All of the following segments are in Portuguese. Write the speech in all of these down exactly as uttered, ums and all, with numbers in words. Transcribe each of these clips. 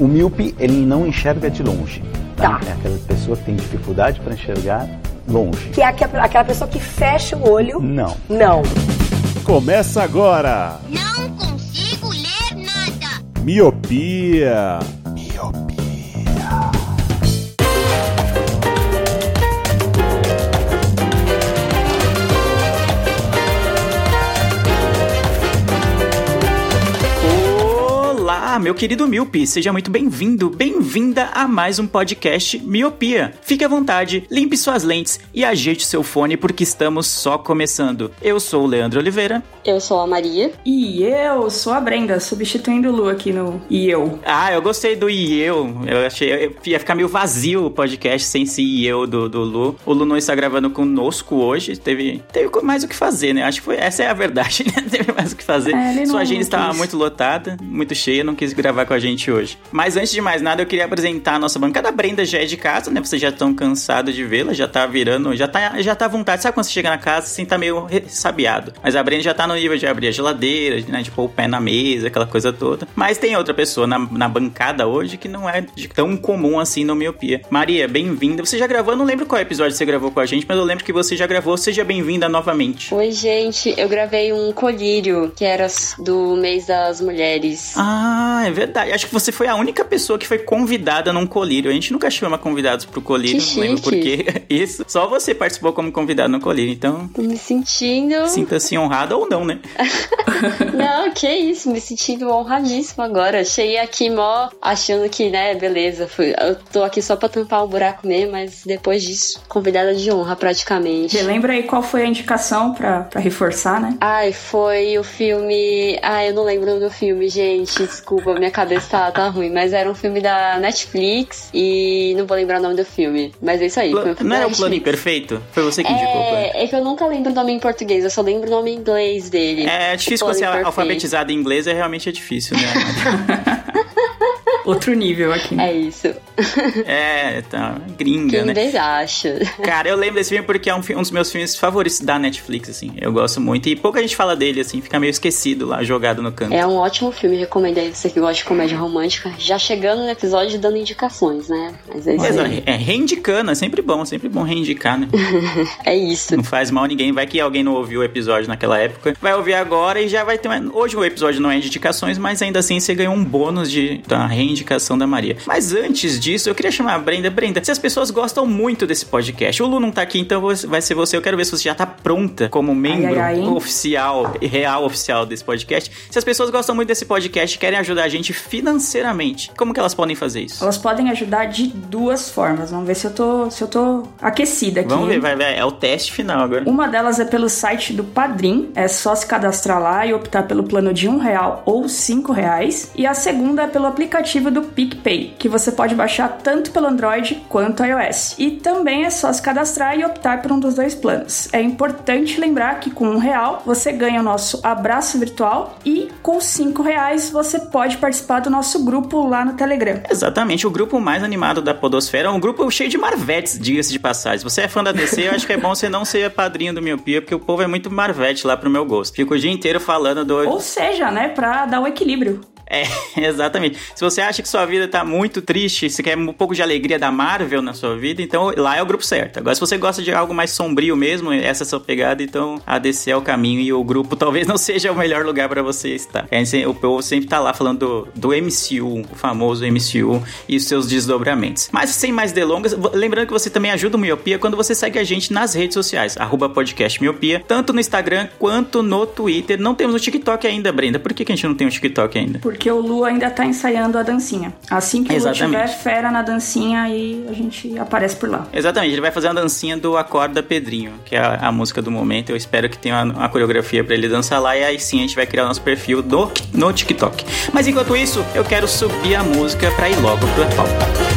O míope, ele não enxerga de longe. Tá? Tá. É aquela pessoa que tem dificuldade para enxergar longe. Que é aquela pessoa que fecha o olho? Não. Não. Começa agora. Não consigo ler nada. Miopia. Miopia. Olá, meu querido míope, seja muito bem-vindo, bem-vinda a mais um podcast Miopia. Fique à vontade, limpe suas lentes e ajeite seu fone porque estamos só começando. Eu sou o Leandro Oliveira. Eu sou a Maria. E eu sou a Brenda, substituindo o Lu aqui no E eu. Ah, eu gostei do E eu. Eu achei que ia ficar meio vazio o podcast sem esse E eu do, do Lu. O Lu não está gravando conosco hoje, teve, teve mais o que fazer, né? Acho que foi, essa é a verdade, né? Teve mais o que fazer. É, Sua agenda estava quis. muito lotada, muito cheia, não quis gravar com a gente hoje. Mas antes de mais nada, eu queria apresentar a nossa bancada. A Brenda já é de casa, né? Vocês já estão cansados de vê-la, já tá virando, já tá, já tá à vontade. Sabe quando você chega na casa, assim, tá meio sabiado. Mas a Brenda já tá no nível de abrir a geladeira, né? De pôr o pé na mesa, aquela coisa toda. Mas tem outra pessoa na, na bancada hoje que não é de tão comum assim no Miopia. Maria, bem-vinda. Você já gravou, eu não lembro qual episódio você gravou com a gente, mas eu lembro que você já gravou. Seja bem-vinda novamente. Oi, gente. Eu gravei um colírio que era do mês das mulheres. Ah, é verdade. Acho que você foi a única pessoa que foi convidada num colírio. A gente nunca chama convidados pro colírio, Que não lembro chique. por quê. Isso. Só você participou como convidado no colírio, então Tô me sentindo... sinta-se honrada ou não, né? Não, que isso. Me sentindo honradíssimo agora. Cheguei aqui mó achando que, né, beleza. Fui, eu tô aqui só pra tampar o buraco mesmo, mas depois disso, convidada de honra praticamente. Relembra aí qual foi a indicação pra, pra reforçar, né? Ai, foi o filme... Ai, eu não lembro o nome do filme, gente. Desculpa, minha cabeça tá, tá ruim. Mas era um filme da Netflix e não vou lembrar o nome do filme. Mas é isso aí. Pla- foi um filme não da era o Plano Netflix. Imperfeito? Foi você que indicou o Plano. É, é que eu nunca lembro o nome em português, eu só lembro o nome em inglês dele. É difícil O você Plano Imperfeito. alfabetizado em inglês, é realmente é difícil, né? Outro nível aqui. É isso. É, tá, gringa, Quem né? ainda acha. Cara, eu lembro desse filme porque é um, fi- um dos meus filmes favoritos da Netflix, assim. Eu gosto muito. E pouca gente fala dele, assim. Fica meio esquecido lá, jogado no canto. É um ótimo filme, recomendo aí você que gosta de comédia romântica. Já chegando no episódio dando indicações, né? Mas é isso Mas, aí. é, reindicando, é sempre bom, sempre bom reindicar, né? É isso. Não faz mal a ninguém. Vai que alguém não ouviu o episódio naquela época. Vai ouvir agora e já vai ter uma... Hoje o episódio não é de indicações, mas ainda assim você ganhou um bônus de, da reindicação da Maria. Mas antes disso, eu queria chamar a Brenda. Brenda, se as pessoas gostam muito desse podcast, o Lu não tá aqui, então vai ser você. Eu quero ver se você já tá pronta como membro ai, ai, hein? oficial, real oficial desse podcast. Se as pessoas gostam muito desse podcast e querem ajudar a gente financeiramente, como que elas podem fazer isso? Elas podem ajudar de duas formas. Vamos ver se eu tô, se eu tô aquecida aqui. Vamos ver, hein? vai, vai. É o teste final agora. Uma delas é pelo site do Padrim, é só se cadastrar lá e optar pelo plano de um real ou cinco reais. E a segunda é pelo aplicativo do PicPay, que você pode baixar tanto pelo Android quanto iOS. E também é só se cadastrar e optar por um dos dois planos. É importante lembrar que com um real você ganha o nosso abraço virtual e com cinco reais você pode participar do nosso grupo lá no Telegram. Exatamente, o grupo mais animado da podosfera, um grupo cheio de marvetes, diga-se de passagem. Se você é fã da D C, eu acho que é bom você não ser padrinho do Miopia, porque o povo é muito marvete lá pro meu gosto. Fico o dia inteiro falando do... Ou seja, né, pra dar o equilíbrio. É, exatamente. Se você acha que sua vida tá muito triste, você quer um pouco de alegria da Marvel na sua vida, então lá é o grupo certo. Agora, se você gosta de algo mais sombrio mesmo, essa é a sua pegada, então a D C é o caminho e o grupo talvez não seja o melhor lugar pra você estar. O povo sempre tá lá falando do, do M C U, o famoso M C U e os seus desdobramentos. Mas sem mais delongas, lembrando que você também ajuda o Miopia quando você segue a gente nas redes sociais, arroba podcast Miopia, tanto no Instagram quanto no Twitter. Não temos o TikTok ainda, Brenda. Por que que a gente não tem o TikTok ainda? Porque o Lu ainda tá ensaiando a dancinha. Assim que o Lu Exatamente. tiver fera na dancinha, aí a gente aparece por lá. Exatamente, ele vai fazer uma dancinha do Acorda Pedrinho, que é a, a música do momento. Eu espero que tenha uma, uma coreografia pra ele dançar lá e aí sim a gente vai criar o nosso perfil do, no TikTok. Mas enquanto isso, eu quero subir a música pra ir logo pra pauta.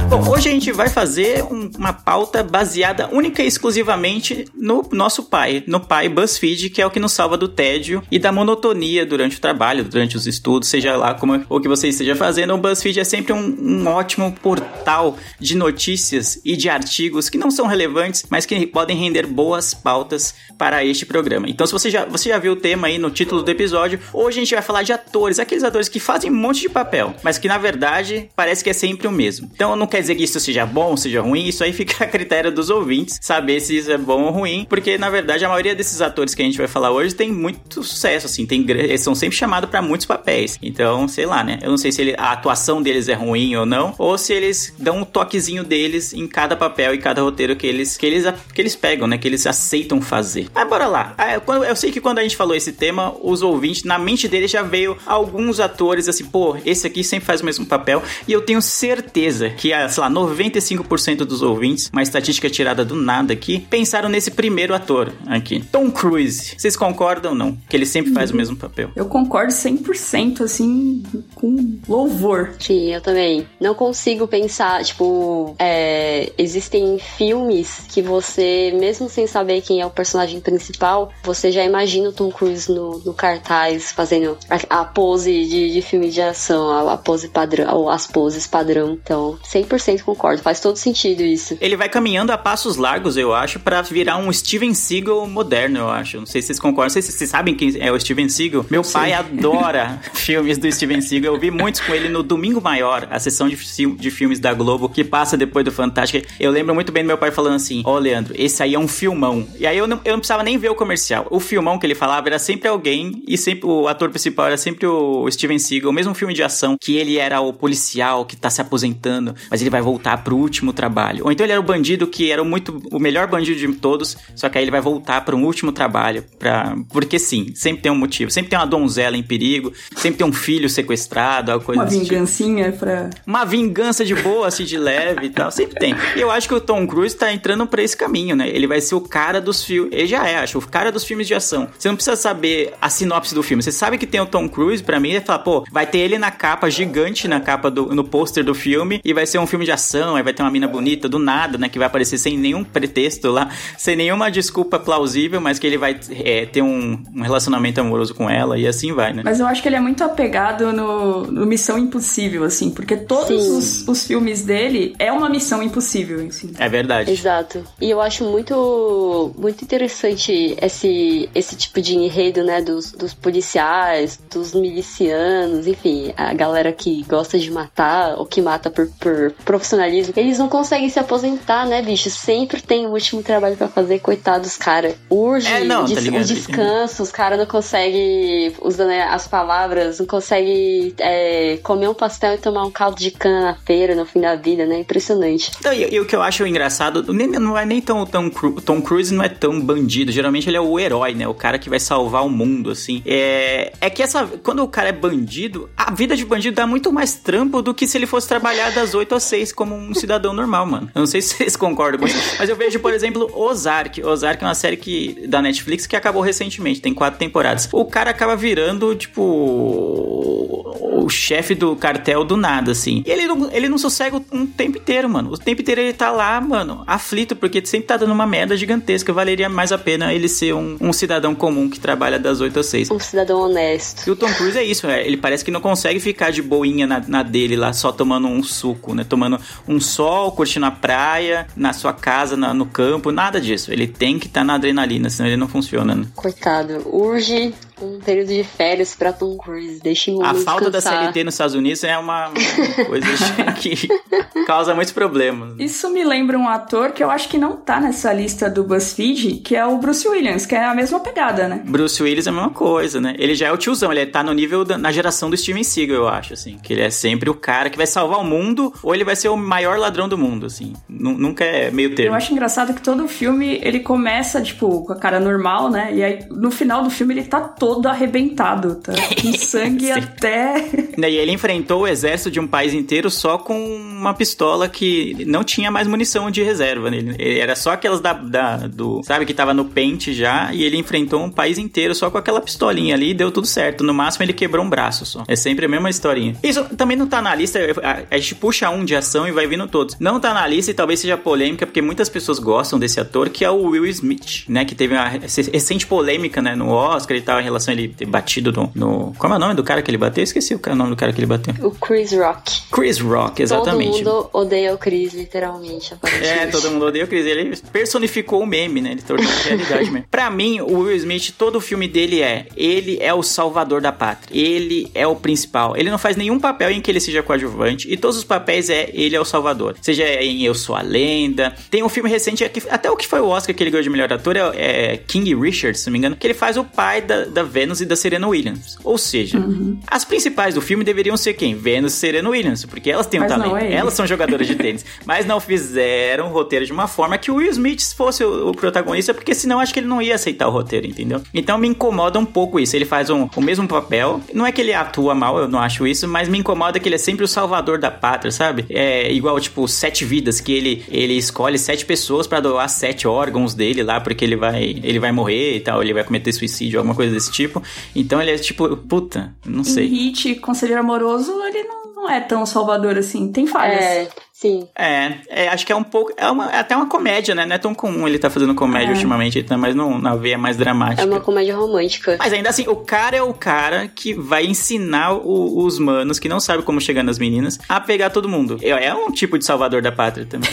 Bom, hoje a gente vai fazer um, uma pauta baseada única e exclusivamente no nosso pai, no pai BuzzFeed, que é o que nos salva do tédio e da monotonia durante o trabalho, durante os estudos, seja lá como o que você esteja fazendo. O BuzzFeed é sempre um, um ótimo portal de notícias e de artigos que não são relevantes, mas que podem render boas pautas para este programa. Então, se você já, você já viu o tema aí no título do episódio, hoje a gente vai falar de atores, aqueles atores que fazem um monte de papel, mas que na verdade parece que é sempre o mesmo. Então, não quer dizer que isso seja bom, seja ruim, isso aí fica a critério dos ouvintes, saber se isso é bom ou ruim, porque na verdade a maioria desses atores que a gente vai falar hoje tem muito sucesso, assim, tem, eles são sempre chamados para muitos papéis. Então, sei lá, né? Eu não sei se ele, a atuação deles é ruim ou não, ou se eles dão um toquezinho deles em cada papel e cada roteiro que eles, que eles, que eles pegam, né? Que eles aceitam fazer. Mas bora lá. Eu sei que quando a gente falou esse tema, os ouvintes, na mente deles já veio alguns atores assim, pô, esse aqui sempre faz o mesmo papel, e eu tenho certeza que, sei lá, noventa e cinco por cento dos ouvintes, uma estatística tirada do nada aqui, pensaram nesse primeiro ator aqui, Tom Cruise. Vocês concordam ou não? Que ele sempre faz o mesmo papel? Eu concordo cem por cento, assim, com louvor. Sim, eu também. Não consigo pensar, tipo, é, existem filmes que você, mesmo sem saber quem é o personagem principal, você já imagina o Tom Cruise no, no cartaz, fazendo a, a pose de, de filme de ação, a, a pose padrão, ou as poses padrão. Então, cem por cento concordo. Faz todo sentido isso. Ele vai caminhando a passos largos, eu acho, pra virar um Steven Seagal moderno, eu acho. Não sei se vocês concordam. Não sei se vocês sabem quem é o Steven Seagal. Meu Sim. pai adora filmes do Steven Seagal. Eu vi muitos com ele no Domingo Maior, a sessão de, de filmes da Globo, que passa depois do Fantástico. Eu lembro muito bem do meu pai falando assim, ó, oh, Leandro, esse aí é um filmão. E aí eu não, eu não precisava nem ver o comercial. O filmão que ele falava era sempre alguém, e sempre o ator principal era sempre o Steven Seagal, mesmo filme de ação, que ele era o policial que tá se aposentando, mas ele vai voltar pro último trabalho. Ou então ele era o bandido que era muito, o melhor bandido de todos, só que aí ele vai voltar para um último trabalho, pra, porque sim, sempre tem um motivo, sempre tem uma donzela em perigo, sempre tem um filho sequestrado, alguma coisa uma assim. vingancinha tipo. pra... Uma vingança de boa, assim, de leve e tal, sempre tem. E eu acho que o Tom Cruise tá entrando pra esse caminho, né? Ele vai ser o cara dos filmes, ele já é, acho, o cara dos filmes de ação. Você não precisa saber a sinopse do filme, você sabe que tem o Tom Cruise, pra mim, é falar, pô, vai ter ele na capa, gigante na capa, do, no pôster do filme, e vai ser um filme de ação, aí vai ter uma mina bonita do nada, né, que vai aparecer sem nenhum pretexto lá, sem nenhuma desculpa plausível, mas que ele vai é, ter um, um relacionamento amoroso com ela, e assim vai, né? Mas eu acho que ele é muito apegado no, no Missão Impossível, assim, porque todos os, os filmes dele é uma missão impossível, assim. É verdade. Exato. E eu acho muito, muito interessante esse, esse tipo de enredo, né, dos, dos policiais, dos milicianos, enfim, a galera que gosta de matar, ou que mata por, por profissionalismo, eles não conseguem se aposentar, né, bicho? Sempre tem o último trabalho pra fazer, coitados, cara. Urge é, não, o, des- tá o descanso, os caras não conseguem, usando né, as palavras, não conseguem é, comer um pastel e tomar um caldo de cana na feira no fim da vida, né? Impressionante. Então, e, e o que eu acho engraçado, nem, não é nem tão, tão Tom Cruise não é tão bandido, geralmente ele é o herói, né? O cara que vai salvar o mundo, assim. É, é que essa, quando o cara é bandido, a vida de bandido dá muito mais trampo do que se ele fosse trabalhar das oito às seis como um cidadão normal, mano. Eu não sei se vocês concordam com isso, mas eu vejo, por exemplo, Ozark. Ozark é uma série que, da Netflix que acabou recentemente, tem quatro temporadas. O cara acaba virando, tipo, o chefe do cartel do nada, assim. E ele não, ele não sossega um tempo inteiro, mano. O tempo inteiro ele tá lá, mano, aflito, porque sempre tá dando uma merda gigantesca. Valeria mais a pena ele ser um, um cidadão comum que trabalha das oito às seis. Um cidadão honesto. E o Tom Cruise é isso, é, ele parece que não consegue ficar de boinha na, na dele lá, só tomando um suco, né? Tomando um sol, curtindo a praia, na sua casa, na, no campo, nada disso. Ele tem que estar tá na adrenalina, senão ele não funciona, né? Coitado. Urge um período de férias pra Tom Cruise. Deixa o A falta descansar. da C L T nos Estados Unidos é uma, uma coisa que causa muitos problemas. Isso me lembra um ator que eu acho que não tá nessa lista do BuzzFeed, que é o Bruce Willis, que é a mesma pegada, né? Bruce Willis é a mesma coisa, né? Ele já é o tiozão, ele tá no nível, da, na geração do Steven Seagal, eu acho, assim. Que ele é sempre o cara que vai salvar o mundo, ou ele vai ser o maior ladrão do mundo, assim. N- nunca é meio termo. Eu acho engraçado que todo filme, ele começa, tipo, com a cara normal, né? E aí, no final do filme, ele tá todo todo arrebentado, tá? Com sangue até... E ele enfrentou o exército de um país inteiro só com uma pistola que não tinha mais munição de reserva nele. Era só aquelas da, da do, sabe, que tava no pente já, e ele enfrentou um país inteiro só com aquela pistolinha ali e deu tudo certo. No máximo ele quebrou um braço só. É sempre a mesma historinha. Isso também não tá na lista, a, a gente puxa um de ação e vai vindo todos. Não tá na lista e talvez seja polêmica, porque muitas pessoas gostam desse ator, que é o Will Smith, né, que teve uma recente polêmica, né, no Oscar e tal, em relação a ele ter batido no, no... Como é o nome do cara que ele bateu? Eu esqueci o nome do cara que ele bateu. O Chris Rock. Chris Rock, exatamente. Todo mundo odeia o Chris, literalmente. É, todo mundo odeia o Chris. Ele personificou o meme, né? Ele tornou a realidade mesmo. Pra mim, o Will Smith, todo o filme dele é... Ele é o salvador da pátria. Ele é o principal. Ele não faz nenhum papel em que ele seja coadjuvante. E todos os papéis é... Ele é o salvador. Seja em Eu Sou a Lenda. Tem um filme recente, até o que foi o Oscar que ele ganhou de melhor ator é, é King Richard, se não me engano, que ele faz o pai da, da Venus e da Serena Williams. Ou seja, uhum. as principais do filme deveriam ser quem? Venus e Serena Williams, porque elas têm um talento. É elas são jogadoras de tênis. Mas não fizeram o roteiro de uma forma que o Will Smith fosse o, o protagonista, porque senão acho que ele não ia aceitar o roteiro, entendeu? Então me incomoda um pouco isso. Ele faz um, o mesmo papel. Não é que ele atua mal, eu não acho isso, mas me incomoda que ele é sempre o salvador da pátria, sabe? É igual, tipo, Sete Vidas, que ele, ele escolhe sete pessoas pra doar sete órgãos dele lá, porque ele vai, ele vai morrer e tal, ele vai cometer suicídio, alguma coisa desse tipo. Então ele é tipo, puta, não sei. Em Hit, Conselheiro Amoroso, ele não, não é tão salvador assim, tem falhas. É... Sim. É, é, acho que é um pouco... É, uma, é até uma comédia, né? Não é tão comum ele tá fazendo comédia é. ultimamente. Ele tá mais no, na veia mais dramática. É uma comédia romântica. Mas ainda assim, o cara é o cara que vai ensinar o, os manos que não sabem como chegar nas meninas a pegar todo mundo. É, é um tipo de salvador da pátria também.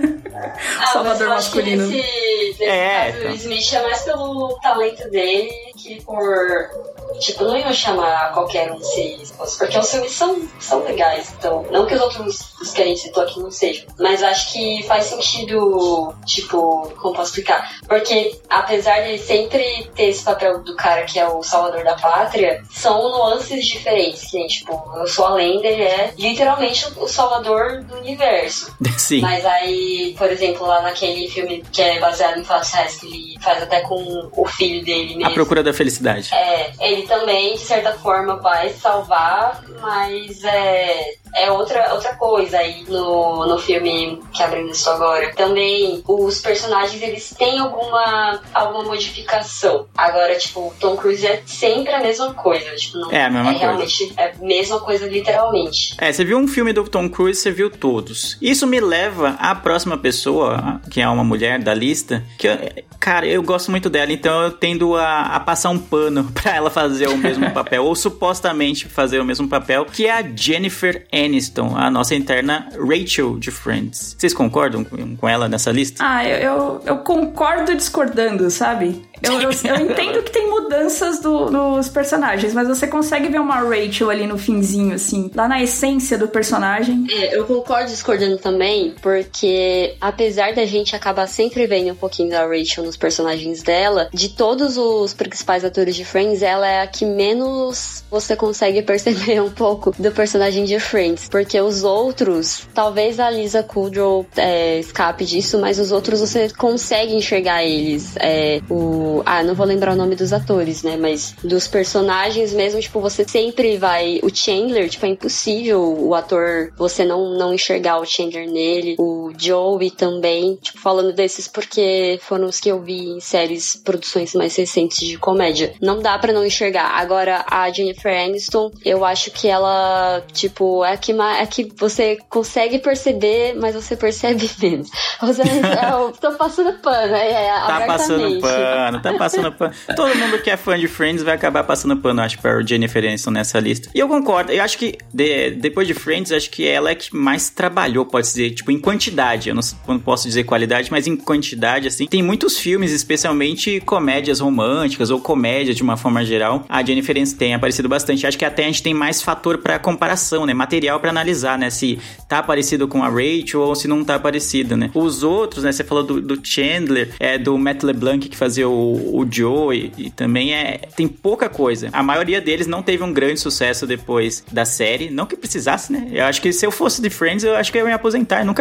ah, salvador masculino. Nesse, nesse é, caso, o Smith é mais pelo talento dele que por... Tipo, não iam chamar qualquer um se fosse, porque os filmes são, são legais, então, não que os outros os que a gente citou aqui não sejam, mas acho que faz sentido, tipo, como posso explicar? Porque, apesar de sempre ter esse papel do cara que é o salvador da pátria, são nuances diferentes, que nem, tipo, Eu Sou a Lenda, ele é literalmente o salvador do universo. Sim. Mas aí, por exemplo, lá naquele filme que é baseado em fatos reais, que ele faz até com o filho dele mesmo. A Procura da Felicidade. É, ele também, de certa forma, vai salvar, mas é, é outra, outra coisa aí no, no filme que a Brenda citou agora. Também, os personagens, eles têm alguma, alguma modificação. Agora, tipo, Tom Cruise é sempre a mesma coisa. Tipo, não, é a mesma é coisa. Realmente, é a mesma coisa, literalmente. É, você viu um filme do Tom Cruise, você viu todos. Isso me leva à próxima pessoa, que é uma mulher da lista, que, eu, cara, eu gosto muito dela, então eu tendo a, a passar um pano pra ela fazer o mesmo papel, ou supostamente fazer o mesmo papel, que é a Jennifer Aniston, a nossa interna Rachel de Friends. Vocês concordam com, com ela nessa lista? Ah, eu, eu, eu concordo discordando, sabe? Eu, eu, eu entendo que tem mudanças do, dos personagens, mas você consegue ver uma Rachel ali no finzinho, assim, lá na essência do personagem. É, eu concordo discordando também, porque apesar da gente acabar sempre vendo um pouquinho da Rachel nos personagens dela, de todos os principais atores de Friends, ela é a que menos você consegue perceber um pouco do personagem de Friends, porque os outros, talvez a Lisa Kudrow é, escape disso, mas os outros você consegue enxergar eles. É, o Ah, não vou lembrar o nome dos atores, né? Mas dos personagens mesmo, tipo, você sempre vai... O Chandler, tipo, é impossível o ator, você não, não enxergar o Chandler nele. O Joey também, tipo, falando desses porque foram os que eu vi em séries, produções mais recentes de comédia. Não dá pra não enxergar. Agora, a Jennifer Aniston, eu acho que ela, tipo, é a que, é a que você consegue perceber, mas você percebe menos. Você, eu tô passando pano, é, é Tá passando pano, tá passando pano. Todo mundo que é fã de Friends vai acabar passando pano, acho, pra Jennifer Aniston nessa lista. E eu concordo, eu acho que de, depois de Friends, acho que ela é que mais trabalhou, pode dizer, tipo, em quantidade. Eu não, não posso dizer qualidade, mas em quantidade, assim. Tem muitos filmes, especialmente comédias românticas ou comédia de uma forma geral. A Jennifer Aniston tem aparecido bastante. Acho que até a gente tem mais fator pra comparação, né? Material pra analisar, né? Se tá parecido com a Rachel ou se não tá parecido, né? Os outros, né? Você falou do, do Chandler, é, do Matt LeBlanc, que fazia o, o Joey, e, e também é... Tem pouca coisa. A maioria deles não teve um grande sucesso depois da série. Não que precisasse, né? Eu acho que se eu fosse de Friends, eu acho que eu ia me aposentar e nunca mais ia trabalhar.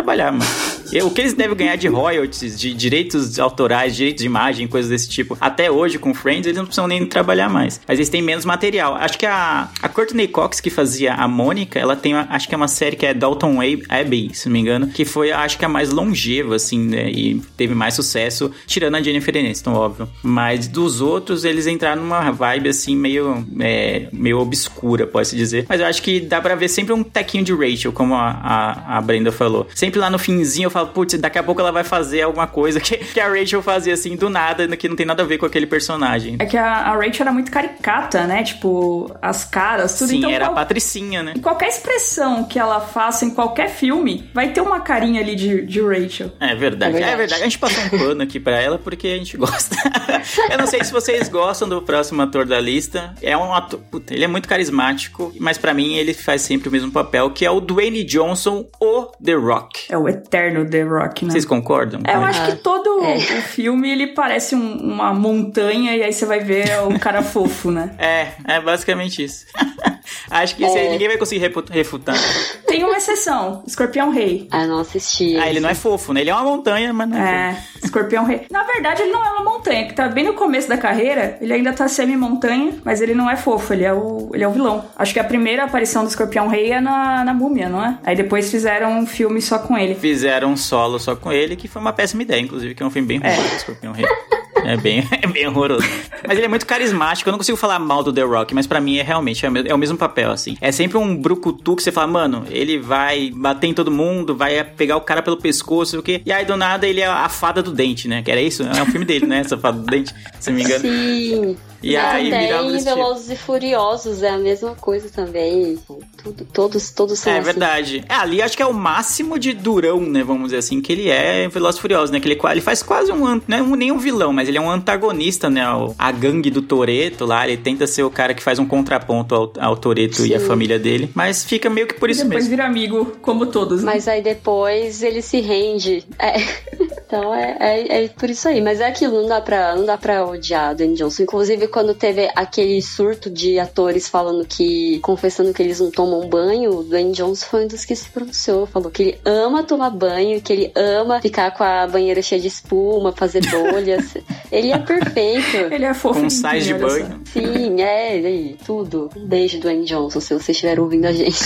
trabalhar, mano. E o que eles devem ganhar de royalties, de direitos autorais, direitos de imagem, coisas desse tipo, até hoje com Friends, eles não precisam nem trabalhar mais. Mas eles têm menos material. Acho que a, a Courtney Cox, que fazia a Mônica, ela tem, uma, acho que é uma série que é Downton Abbey, se não me engano, que foi, acho que a mais longeva, assim, né, e teve mais sucesso, tirando a Jennifer Aniston, óbvio. Mas dos outros, eles entraram numa vibe, assim, meio, é, meio obscura, pode-se dizer. Mas eu acho que dá pra ver sempre um tequinho de Rachel, como a, a, a Brenda falou. Sempre lá no finzinho eu falo, putz, daqui a pouco ela vai fazer alguma coisa que, que a Rachel fazia, assim, do nada, que não tem nada a ver com aquele personagem. É que a, a Rachel era muito caricata, né? Tipo, as caras, tudo. Sim, então, era qual... a Patricinha, né? E qualquer expressão que ela faça em qualquer filme, vai ter uma carinha ali de, de Rachel. É verdade, é verdade. É verdade. A gente passou um pano aqui pra ela porque a gente gosta. Eu não sei se vocês gostam do próximo ator da lista. É um ator... Puta, ele é muito carismático, mas pra mim ele faz sempre o mesmo papel, que é o Dwayne Johnson, o The Rock. É o eterno The Rock, né? Vocês concordam? É, eu acho que todo é. o filme, ele parece um, uma montanha e aí você vai ver o cara fofo, né? É, é basicamente isso. Acho que isso aí É. ninguém vai conseguir refutar. Tem uma exceção, Escorpião Rei. Ah, não assisti. Ah, ele não é fofo, né? Ele é uma montanha, mas não é, É, Escorpião Rei. Na verdade, ele não é uma montanha, que tá bem no começo da carreira, ele ainda tá semi-montanha, mas ele não é fofo, ele é o, ele é o vilão. Acho que a primeira aparição do Escorpião Rei é na, na Múmia, não é? Aí depois fizeram um filme só com ele. Fizeram um solo só com ele, que foi uma péssima ideia, inclusive, que é um filme bem ruim, É. do Escorpião Rei. É bem, é bem horroroso. Mas ele é muito carismático. Eu não consigo falar mal do The Rock, mas pra mim é realmente é o mesmo, é o mesmo papel, assim. É sempre um brucutu que você fala, mano, ele vai bater em todo mundo, vai pegar o cara pelo pescoço, o quê? E aí, do nada, ele é a fada do dente, né? Que era isso? É um filme dele, né? Essa fada do dente, se não me engano. Sim. E aí, até virava em desse Velozes tipo. e Furiosos é a mesma coisa também. Tudo, todos, todos são É assim. verdade. É, ali acho que é o máximo de durão, né? Vamos dizer assim, que ele é em Velozes e Furiosos, né? Que ele, ele faz quase um... Não é um, nem um vilão, mas ele é um antagonista, né? O, a gangue do Toretto lá, ele tenta ser o cara que faz um contraponto ao, ao Toretto e a família dele. Mas fica meio que por isso e depois mesmo. vira amigo, como todos. Né? Mas aí depois ele se rende. É. Então é, é, é por isso aí. Mas é aquilo, não dá pra, não dá pra odiar Dwayne Johnson. Inclusive, quando teve aquele surto de atores falando que... confessando que eles não tomam banho, o Dwayne Johnson foi um dos que se pronunciou. Falou que ele ama tomar banho, que ele ama ficar com a banheira cheia de espuma, fazer bolhas. Ele é perfeito. Ele é fofo. Com sais de olha só. banho. Sim, é, aí, tudo. Um beijo, Dwayne Johnson, se você estiver ouvindo a gente.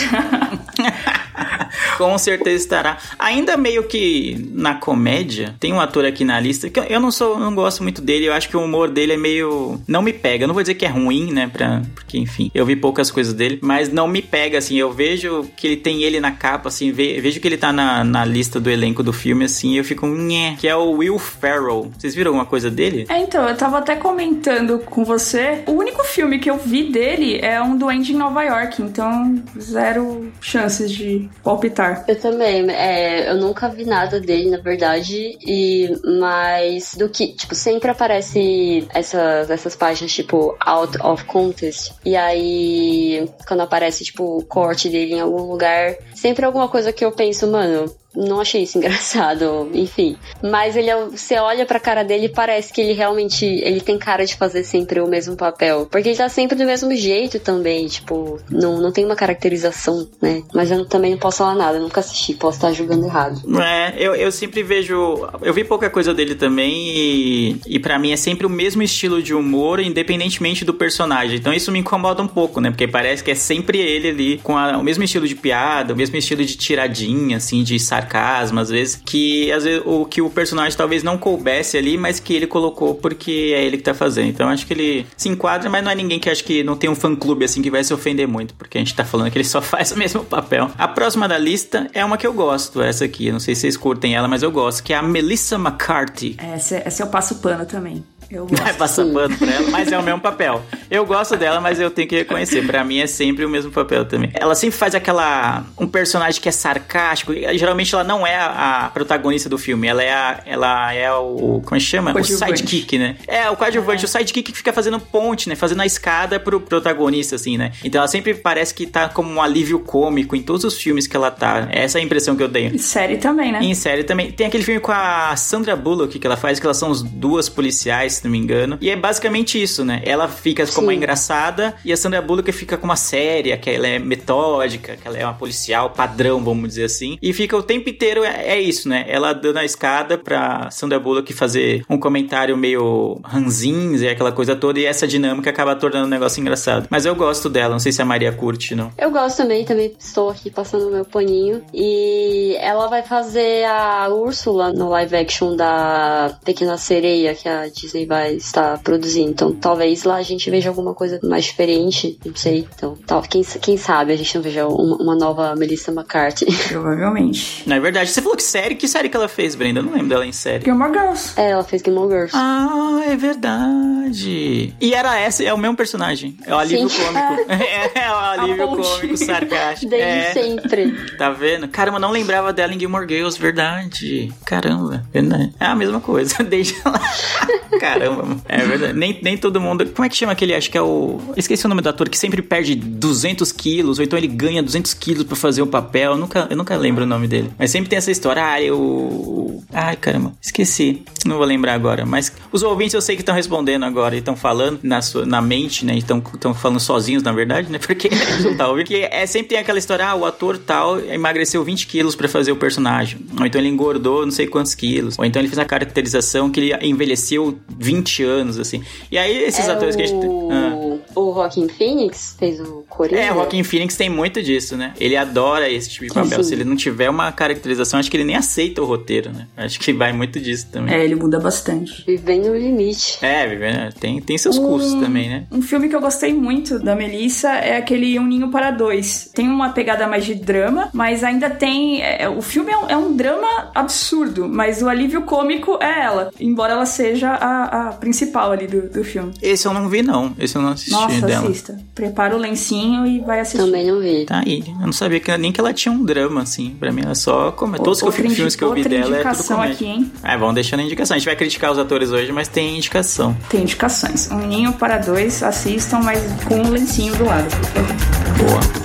Com certeza estará. Ainda meio que na comédia, tem um ator aqui na lista que eu- eu não sou, não gosto muito dele. Eu acho que o humor dele é meio... não me pega. Eu não vou dizer que é ruim, né? Pra, porque, enfim, eu vi poucas coisas dele, mas não me pega, assim. Eu vejo que ele tem ele na capa, assim, ve- vejo que ele tá na, na lista do elenco do filme, assim, e eu fico... Nhé, que é o Will Ferrell. Vocês viram alguma coisa dele? É, então, eu tava até comentando com você. O único filme que eu vi dele é um Duende em Nova York, então zero chances de palpitar. Eu também, é, eu nunca vi nada dele, na verdade, e mas do que, tipo, sempre aparece essas, essas páginas, tipo, out of context, e aí, quando aparece, tipo, o corte dele em algum lugar, sempre alguma coisa que eu penso, mano, não achei isso engraçado, enfim. Mas ele, é- você olha pra cara dele e parece que ele realmente, ele tem cara de fazer sempre o mesmo papel. Porque ele tá sempre do mesmo jeito também, tipo, não, não tem uma caracterização, né? Mas eu também não posso falar nada, eu nunca assisti, posso estar julgando errado. É, eu, eu sempre vejo... Eu vi pouca coisa dele também e, e pra mim é sempre o mesmo estilo de humor, independentemente do personagem. Então isso me incomoda um pouco, né? Porque parece que é sempre ele ali, com a- o mesmo estilo de piada, o mesmo estilo de tiradinha, assim, de sarcasmo, às vezes, que às vezes o que o personagem talvez não coubesse ali, mas que ele colocou porque é ele que tá fazendo. Então acho que ele se enquadra, mas não é ninguém que acho que não tem um fã-clube assim que vai se ofender muito, porque a gente tá falando que ele só faz o mesmo papel. A próxima da lista é uma que eu gosto, essa aqui, eu não sei se vocês curtem ela, mas eu gosto, que é a Melissa McCarthy. Essa, essa eu passo pano também. Eu gosto. Vai passar pano pra ela, mas é o mesmo papel. Eu gosto dela, mas eu tenho que reconhecer. Pra mim é sempre o mesmo papel também. Ela sempre faz aquela... um personagem que é sarcástico. Geralmente ela não é a, a protagonista do filme. Ela é a, ela é o... como é que chama? O Coadjuvante. sidekick, né? É, o coadjuvante. É. O sidekick que fica fazendo ponte, né? Fazendo a escada pro protagonista, assim, né? Então ela sempre parece que tá como um alívio cômico em todos os filmes que ela tá. Essa é a impressão que eu tenho. E série também, né? E em série também. Tem aquele filme com a Sandra Bullock que ela faz, que elas são as duas policiais se não me engano. E é basicamente isso, né? Ela fica como uma engraçada e a Sandra Bullock fica como uma séria, que ela é metódica, que ela é uma policial padrão, vamos dizer assim. E fica o tempo inteiro, é, é isso, né? Ela dando a escada pra Sandra Bullock fazer um comentário meio ranzinza e aquela coisa toda, e essa dinâmica acaba tornando um negócio engraçado. Mas eu gosto dela, não sei se a Maria curte, não. Eu gosto também, também estou aqui passando o meu paninho. E ela vai fazer a Úrsula no live action da Pequena Sereia, que a Disney vai estar produzindo. Então, talvez lá a gente veja alguma coisa mais diferente, não sei. Então, tal, quem, quem sabe a gente não veja uma, uma nova Melissa McCarthy. Provavelmente. Não é verdade. Você falou que série? Que série que ela fez, Brenda? Eu não lembro dela em série. Gilmore Girls. É, ela fez Gilmore Girls. Ah, é verdade. E era essa, é o mesmo personagem. É o alívio Sim. cômico. É, é o alívio cômico sarcástico. Desde é. sempre. Tá vendo? Caramba, não lembrava dela em Gilmore Girls, verdade. Caramba, verdade. É a mesma coisa, desde lá. Caramba, é verdade. Nem, nem todo mundo... Como é que chama aquele? Acho que é o... Esqueci o nome do ator, que sempre perde duzentos quilos, ou então ele ganha duzentos quilos pra fazer um papel. Eu nunca, eu nunca lembro o nome dele. Mas sempre tem essa história. Ah, eu... Ai, caramba, esqueci. Não vou lembrar agora. Mas os ouvintes eu sei que estão respondendo agora e estão falando na, sua, na mente, né? Estão falando sozinhos, na verdade, né? Porque não tá ouvindo. Porque é, sempre tem aquela história, ah, o ator tal emagreceu vinte quilos pra fazer o personagem. Ou então ele engordou não sei quantos quilos. Ou então ele fez a caracterização que ele envelheceu vinte anos, assim. E aí esses é atores o... que a gente... Ah. O Joaquin Phoenix fez o Coringa. É, o Joaquin Phoenix tem muito disso, né? Ele adora esse tipo de papel. Sim. Se ele não tiver uma caracterização, acho que ele nem aceita o roteiro, né? Acho que vai muito disso também. É, ele muda bastante. Vivendo no limite. É, vivendo, tem, tem seus um, custos também, né? Um filme que eu gostei muito da Melissa é aquele Um Ninho para Dois. Tem uma pegada mais de drama, mas ainda tem... É, o filme é um, é um drama absurdo, mas o alívio cômico é ela, embora ela seja a, a principal ali do, do filme. Esse eu não vi, não. Esse eu não assisti. Nossa, dela. assista. Prepara o lencinho e vai assistir. Também não vi. Tá aí. Eu não sabia que, nem que ela tinha um drama, assim. Pra mim, ela só... Como, todos os filmes que eu vi dela é tudo comédia. Aqui, hein? É, vamos deixando a indicação. A gente vai criticar os atores hoje, mas tem indicação. Tem indicações. Um Ninho para Dois, assistam, mas com um lencinho do lado, por favor. Boa.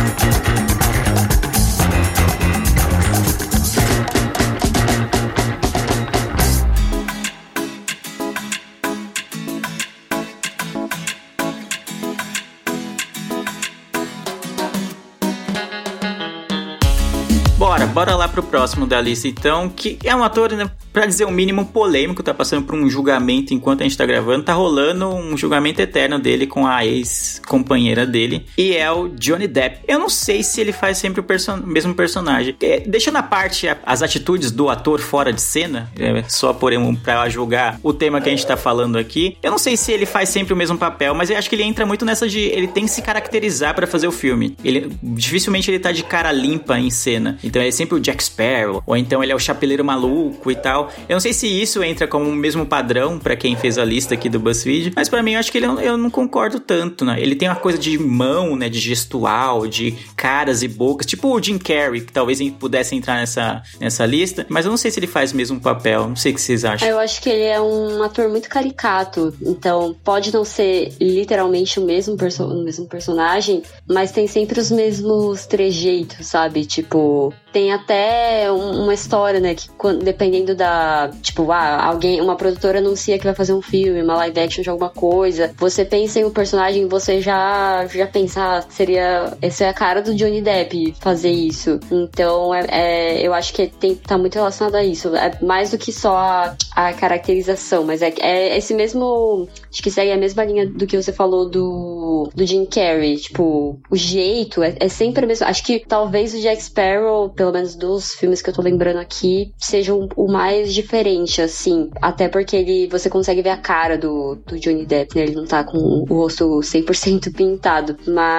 Bora, bora lá pro próximo da lista, então, que é um ator, né, pra dizer o mínimo, polêmico, tá passando por um julgamento enquanto a gente tá gravando, tá rolando um julgamento eterno dele com a ex-companheira dele, e é o Johnny Depp. Eu não sei se ele faz sempre o perso- mesmo personagem. É, deixando à parte as atitudes do ator fora de cena, é, só por um, pra julgar o tema que a gente tá falando aqui, eu não sei se ele faz sempre o mesmo papel, mas eu acho que ele entra muito nessa de... Ele tem que se caracterizar pra fazer o filme. Ele, dificilmente ele tá de cara limpa em cena. Então ele é sempre o Jack Sparrow, ou então ele é o chapeleiro maluco e tal. Eu não sei se isso entra como o mesmo padrão pra quem fez a lista aqui do BuzzFeed, mas pra mim eu acho que ele, eu não concordo tanto, né? Ele tem uma coisa de mão, né? De gestual, de caras e bocas, tipo o Jim Carrey, que talvez pudesse entrar nessa, nessa lista, mas eu não sei se ele faz o mesmo papel, não sei o que vocês acham. Eu acho que ele é um ator muito caricato, então pode não ser literalmente o mesmo, perso- o mesmo personagem, mas tem sempre os mesmos trejeitos, sabe? Tipo... Tem até um, uma história, né, que quando, dependendo da... Tipo, ah, alguém, uma produtora anuncia que vai fazer um filme, uma live action de alguma coisa. Você pensa em um personagem, você já, já pensa, ah, seria... Essa é a cara do Johnny Depp fazer isso. Então, é, é, eu acho que tem, tá muito relacionado a isso. É mais do que só a, a caracterização, mas é, é esse mesmo... Acho que segue a mesma linha do que você falou do, do Jim Carrey. Tipo, o jeito é, é sempre o mesmo. Acho que talvez o Jack Sparrow, pelo menos dos filmes que eu tô lembrando aqui, seja um, o mais diferente, assim. Até porque ele, você consegue ver a cara do, do Johnny Depp, né? Ele não tá com o rosto cem por cento pintado.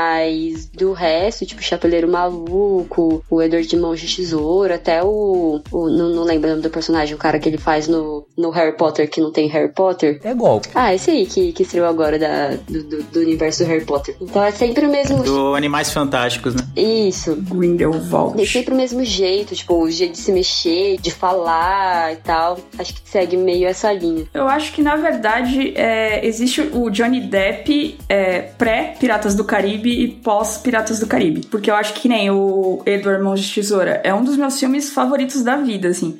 Mas do resto, tipo, Chapeleiro Maluco, o Edward de Mãos de Tesoura, até o... o não, não lembro o nome do personagem, o cara que ele faz no, no Harry Potter, que não tem Harry Potter. É golpe. Ah, esse aí que, que estreou agora da, do, do, do universo do Harry Potter. Então é sempre o mesmo... Do Animais Fantásticos, né? Isso. Grindelwald. É sempre o mesmo mesmo jeito, tipo, o jeito de se mexer, de falar e tal. Acho que segue meio essa linha. Eu acho que, na verdade, é, existe o Johnny Depp é, pré-Piratas do Caribe e pós-Piratas do Caribe. Porque eu acho que nem o Edward Mãos de Tesoura é um dos meus filmes favoritos da vida, assim.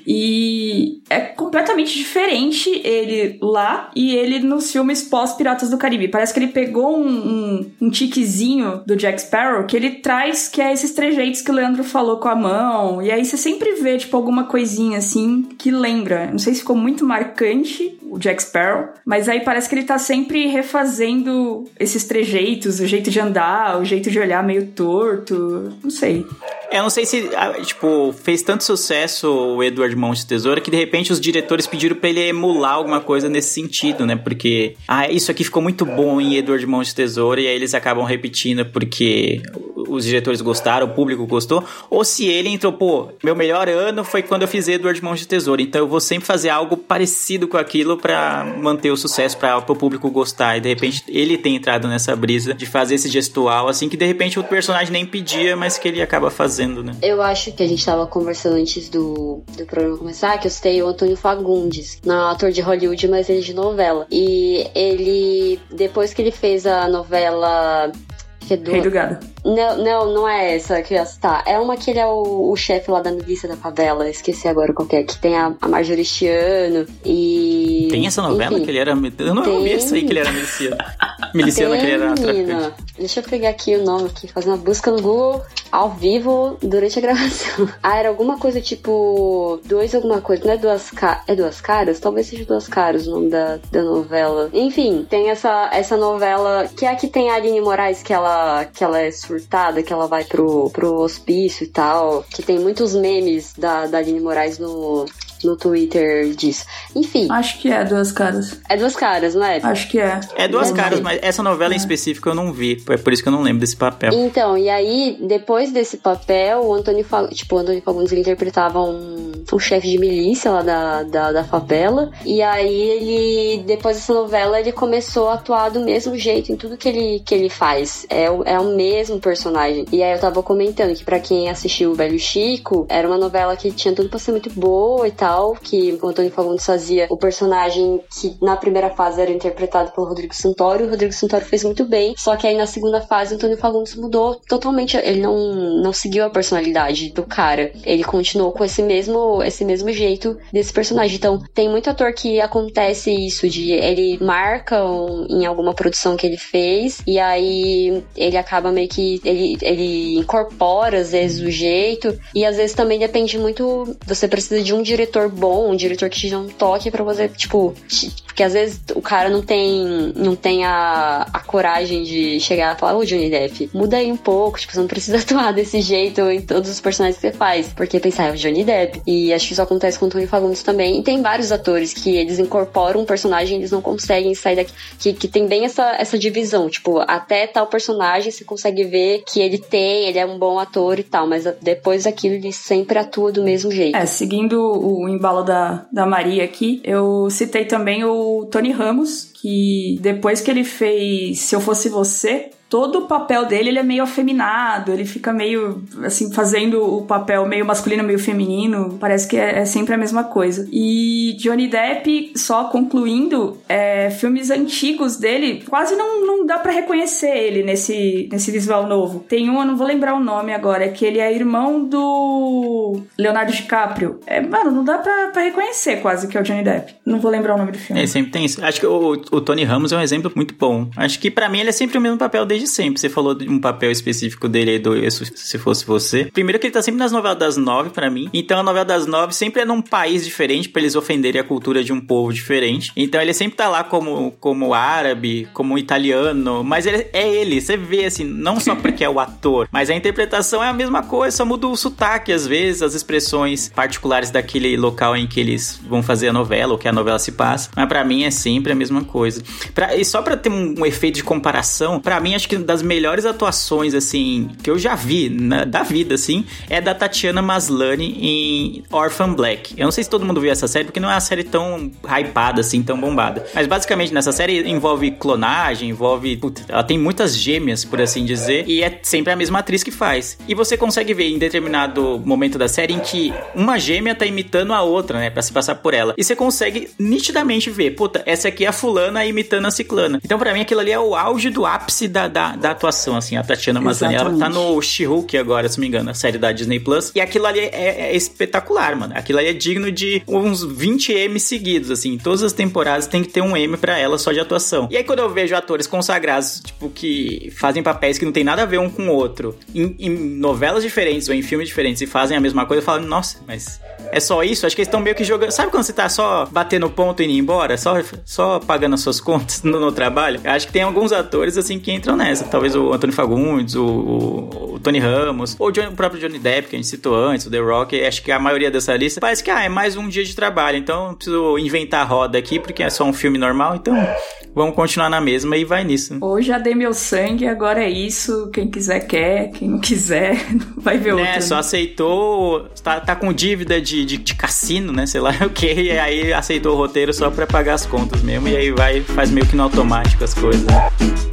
E é completamente diferente ele lá e ele nos filmes pós-Piratas do Caribe. Parece que ele pegou um, um, um tiquezinho do Jack Sparrow que ele traz, que é esses trejeitos que o Leandro falou com a mão. E aí você sempre vê, tipo, alguma coisinha assim que lembra. Não sei se ficou muito marcante o Jack Sparrow, mas aí parece que ele tá sempre refazendo esses trejeitos, o jeito de andar, o jeito de olhar meio torto, não sei. Eu não sei se, tipo, fez tanto sucesso o Edward Mãos de Tesoura que de repente os diretores pediram pra ele emular alguma coisa nesse sentido, né? Porque, ah, isso aqui ficou muito bom em Edward Mãos de Tesoura, e aí eles acabam repetindo porque os diretores gostaram, o público gostou. Ou se ele entrou, pô, meu melhor ano foi quando eu fiz Edward Mãos de Tesoura, então eu vou sempre fazer algo parecido com aquilo pra manter o sucesso, pra o público gostar. E de repente ele tem entrado nessa brisa de fazer esse gestual, assim, que de repente o personagem nem pedia, mas que ele acaba fazendo. Né? Eu acho que a gente tava conversando antes do, do programa começar, que eu citei o Antônio Fagundes, não é um ator de Hollywood, mas ele é de novela. E ele, depois que ele fez a novela... Que é do... Rei do Gado. Não, não, não é essa que eu ia citar. É uma que ele é o, o chefe lá da milícia da favela. Esqueci agora qual que é. Que tem a, a Marjorie Chiano e... Tem essa novela. Enfim, que ele era... Eu não tem... ouvi isso aí que ele era miliciano. Miliciano que ele era traficante. Deixa eu pegar aqui o nome aqui. Fazer uma busca no Google ao vivo durante a gravação. Ah, era alguma coisa tipo... Dois alguma coisa. Não é Duas Caras? É Duas Caras? Talvez seja Duas Caras o nome da, da novela. Enfim, tem essa, essa novela que é a que tem a Aline Moraes, que ela, que ela é surtada, que ela vai pro, pro hospício e tal. Que tem muitos memes da, da Aline Moraes no... no Twitter disso. Enfim. Acho que é Duas Caras. É Duas Caras, não é? Acho que é. É Duas é Caras, mas essa novela é. em específico eu não vi. É por isso que eu não lembro desse papel. Então, e aí, depois desse papel, o Antônio Fagundes, tipo, o Antônio Fagundes, ele interpretava um, um chefe de milícia lá da, da, da favela. E aí, ele, depois dessa novela, ele começou a atuar do mesmo jeito em tudo que ele, que ele faz. É o, é o mesmo personagem. E aí, eu tava comentando que pra quem assistiu o Velho Chico, era uma novela que tinha tudo pra ser muito boa e tal, que o Antônio Fagundes fazia o personagem que na primeira fase era interpretado pelo Rodrigo Santoro, e o Rodrigo Santoro fez muito bem, só que aí na segunda fase o Antônio Fagundes mudou totalmente, ele não, não seguiu a personalidade do cara, ele continuou com esse mesmo, esse mesmo jeito desse personagem. Então tem muito ator que acontece isso, de ele marca um, em alguma produção que ele fez, e aí ele acaba meio que, ele, ele incorpora às vezes o jeito, e às vezes também depende muito, você precisa de um diretor bom, um diretor que te dê um toque pra você, tipo, te, porque às vezes o cara não tem, não tem a, a coragem de chegar e falar, ô Johnny Depp, muda aí um pouco, tipo, você não precisa atuar desse jeito em todos os personagens que você faz, porque pensar, é o Johnny Depp, e acho que isso acontece com o Antônio Fagundes também, e tem vários atores que eles incorporam um personagem e eles não conseguem sair daqui, que, que tem bem essa, essa divisão, tipo, até tal personagem você consegue ver que ele tem, ele é um bom ator e tal, mas depois daquilo ele sempre atua do mesmo jeito. É, seguindo o embalo da, da Maria aqui, eu citei também o Tony Ramos, que depois que ele fez Se Eu Fosse Você, todo o papel dele, ele é meio afeminado, ele fica meio, assim, fazendo o papel meio masculino, meio feminino, parece que é, é sempre a mesma coisa. E Johnny Depp, só concluindo, é, filmes antigos dele, quase não, não dá pra reconhecer ele nesse, nesse visual novo. Tem um, eu não vou lembrar o nome agora, é que ele é irmão do Leonardo DiCaprio. É, mano, não dá pra, pra reconhecer quase que é o Johnny Depp. Não vou lembrar o nome do filme. É, sempre tem isso. Acho que o, o Tony Ramos é um exemplo muito bom. Acho que pra mim ele é sempre o mesmo papel desde sempre. Você falou de um papel específico dele aí do Se Fosse Você. Primeiro que ele tá sempre nas novelas das nove pra mim. Então a novela das nove sempre é num país diferente pra eles ofenderem a cultura de um povo diferente. Então ele sempre tá lá como, como árabe, como italiano, mas ele, é ele. Você vê assim, não só porque é o ator, mas a interpretação é a mesma coisa, só muda o sotaque às vezes, as expressões particulares daquele local em que eles vão fazer a novela, ou que a novela se passa. Mas pra mim é sempre a mesma coisa. Pra, e só pra ter um, um efeito de comparação, pra mim acho acho que das melhores atuações, assim, que eu já vi na, da vida, assim, é da Tatiana Maslany em Orphan Black. Eu não sei se todo mundo viu essa série, porque não é uma série tão hypada, assim, tão bombada. Mas basicamente nessa série envolve clonagem, envolve... Putz, ela tem muitas gêmeas, por assim dizer, e é sempre a mesma atriz que faz. E você consegue ver em determinado momento da série em que uma gêmea tá imitando a outra, né, pra se passar por ela. E você consegue nitidamente ver, puta, essa aqui é a fulana imitando a ciclana. Então pra mim aquilo ali é o auge do ápice da, da, da atuação, assim, a Tatiana Maslany. Ela tá no She-Hulk agora, se não me engano, a série da Disney Plus, e aquilo ali é, é espetacular, mano. Aquilo ali é digno de uns vinte Emmys seguidos, assim, todas as temporadas tem que ter um Emmy pra ela só de atuação. E aí quando eu vejo atores consagrados, tipo, que fazem papéis que não tem nada a ver um com o outro, em, em novelas diferentes ou em filmes diferentes e fazem a mesma coisa, eu falo, nossa, mas é só isso? Acho que eles estão meio que jogando... Sabe quando você tá só batendo ponto e indo embora? Só, só pagando as suas contas no, no trabalho? Eu acho que tem alguns atores, assim, que entram nessa. Talvez o Antônio Fagundes, o, o, o Tony Ramos, ou o, Johnny, o próprio Johnny Depp, que a gente citou antes, o The Rock. Acho que a maioria dessa lista parece que, ah, é mais um dia de trabalho, então não preciso inventar a roda aqui, porque é só um filme normal, então vamos continuar na mesma e vai nisso. Hoje já dei meu sangue, agora é isso. Quem quiser quer, quem não quiser vai ver outro. É, só aceitou, tá, tá com dívida de, de, de cassino, né, sei lá o que, e aí aceitou o roteiro só pra pagar as contas mesmo, e aí vai, faz meio que no automático as coisas, né?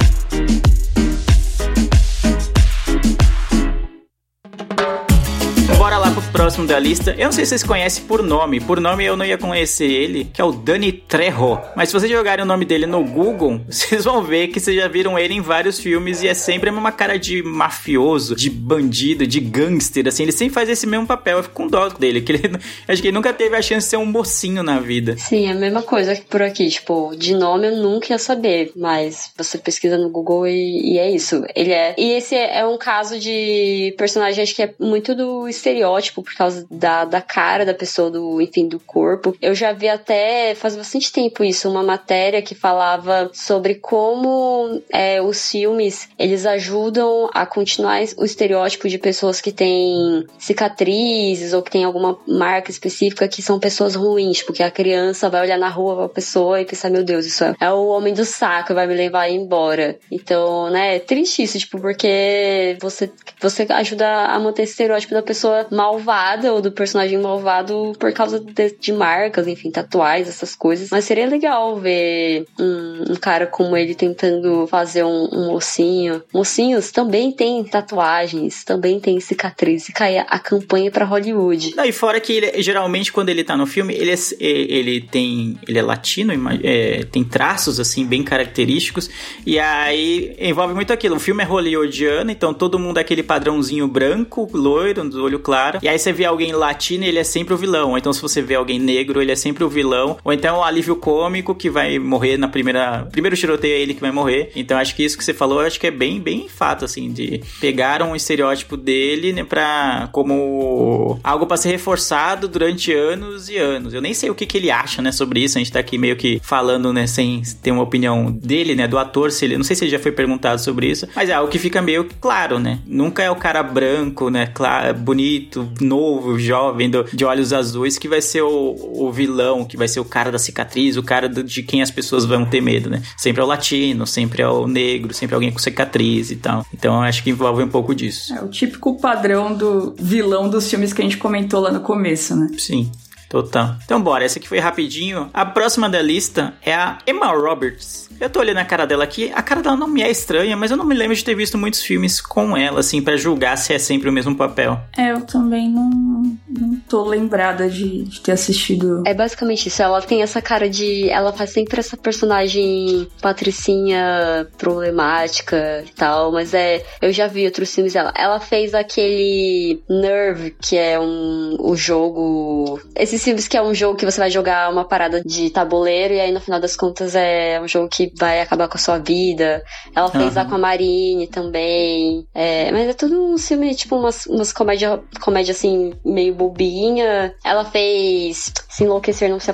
Bora lá pro próximo da lista. Eu não sei se vocês conhecem por nome. Por nome eu não ia conhecer ele, que é o Danny Trejo. Mas se vocês jogarem o nome dele no Google, vocês vão ver que vocês já viram ele em vários filmes e é sempre a mesma cara de mafioso, de bandido, de gangster, assim. Ele sempre faz esse mesmo papel. Eu fico com dó dele, que ele, acho que ele nunca teve a chance de ser um mocinho na vida. Sim, é a mesma coisa que por aqui. Tipo, de nome eu nunca ia saber, mas você pesquisa no Google e, e é isso. Ele é... E esse é um caso de personagem, acho que é muito do estereótipo, por causa da, da cara da pessoa, do, enfim, do corpo. Eu já vi até, faz bastante tempo isso, uma matéria que falava sobre como é, os filmes, eles ajudam a continuar o estereótipo de pessoas que têm cicatrizes ou que têm alguma marca específica que são pessoas ruins, porque a criança vai olhar na rua pra pessoa e pensar, meu Deus, isso é, é o homem do saco, vai me levar embora. Então, né, é triste isso, tipo, porque você, você ajuda a manter esse estereótipo da pessoa malvada ou do personagem malvado por causa de, de marcas, enfim, tatuagens, essas coisas. Mas seria legal ver um, um cara como ele tentando fazer um, um mocinho. Mocinhos também têm tatuagens, também têm cicatriz. E cair a campanha pra Hollywood. Não, e fora que ele, geralmente quando ele tá no filme, ele é, ele tem, ele é latino, é, tem traços assim bem característicos, e aí envolve muito aquilo. O filme é hollywoodiano, então todo mundo é aquele padrãozinho branco, loiro, do olho claro, e aí você vê alguém latino, ele é sempre o vilão. Ou então se você vê alguém negro, ele é sempre o vilão. Ou então o alívio cômico que vai morrer na primeira... Primeiro tiroteio é ele que vai morrer. Então acho que isso que você falou, acho que é bem, bem fato, assim, de pegar um estereótipo dele, né, pra... como algo pra ser reforçado durante anos e anos. Eu nem sei o que que ele acha, né, sobre isso. A gente tá aqui meio que falando, né, sem ter uma opinião dele, né, do ator, se ele... Não sei se ele já foi perguntado sobre isso, mas é algo que fica meio claro, né. Nunca é o cara branco, né, claro, bonito, novo, jovem, do, de olhos azuis, que vai ser o, o vilão, que vai ser o cara da cicatriz, o cara do, de quem as pessoas vão ter medo, né? Sempre é o latino, sempre é o negro, sempre é alguém com cicatriz e tal. Então, eu acho que envolve um pouco disso. É o típico padrão do vilão dos filmes que a gente comentou lá no começo, né? Sim. Total. Então bora, essa aqui foi rapidinho. A próxima da lista é a Emma Roberts. Eu tô olhando a cara dela aqui, a cara dela não me é estranha, mas eu não me lembro de ter visto muitos filmes com ela, assim, pra julgar se é sempre o mesmo papel. É, eu também não, não tô lembrada de, de ter assistido. É basicamente isso, ela tem essa cara de... Ela faz sempre essa personagem patricinha problemática e tal, mas é... Eu já vi outros filmes dela. Ela fez aquele Nerve, que é um o jogo... Esses filmes que é um jogo que você vai jogar uma parada de tabuleiro e aí no final das contas é um jogo que vai acabar com a sua vida. Ela fez uhum. lá com a Marine também. É, mas é tudo um filme, tipo, umas, umas comédia, comédia assim, meio bobinha. Ela fez Se Enlouquecer Não Se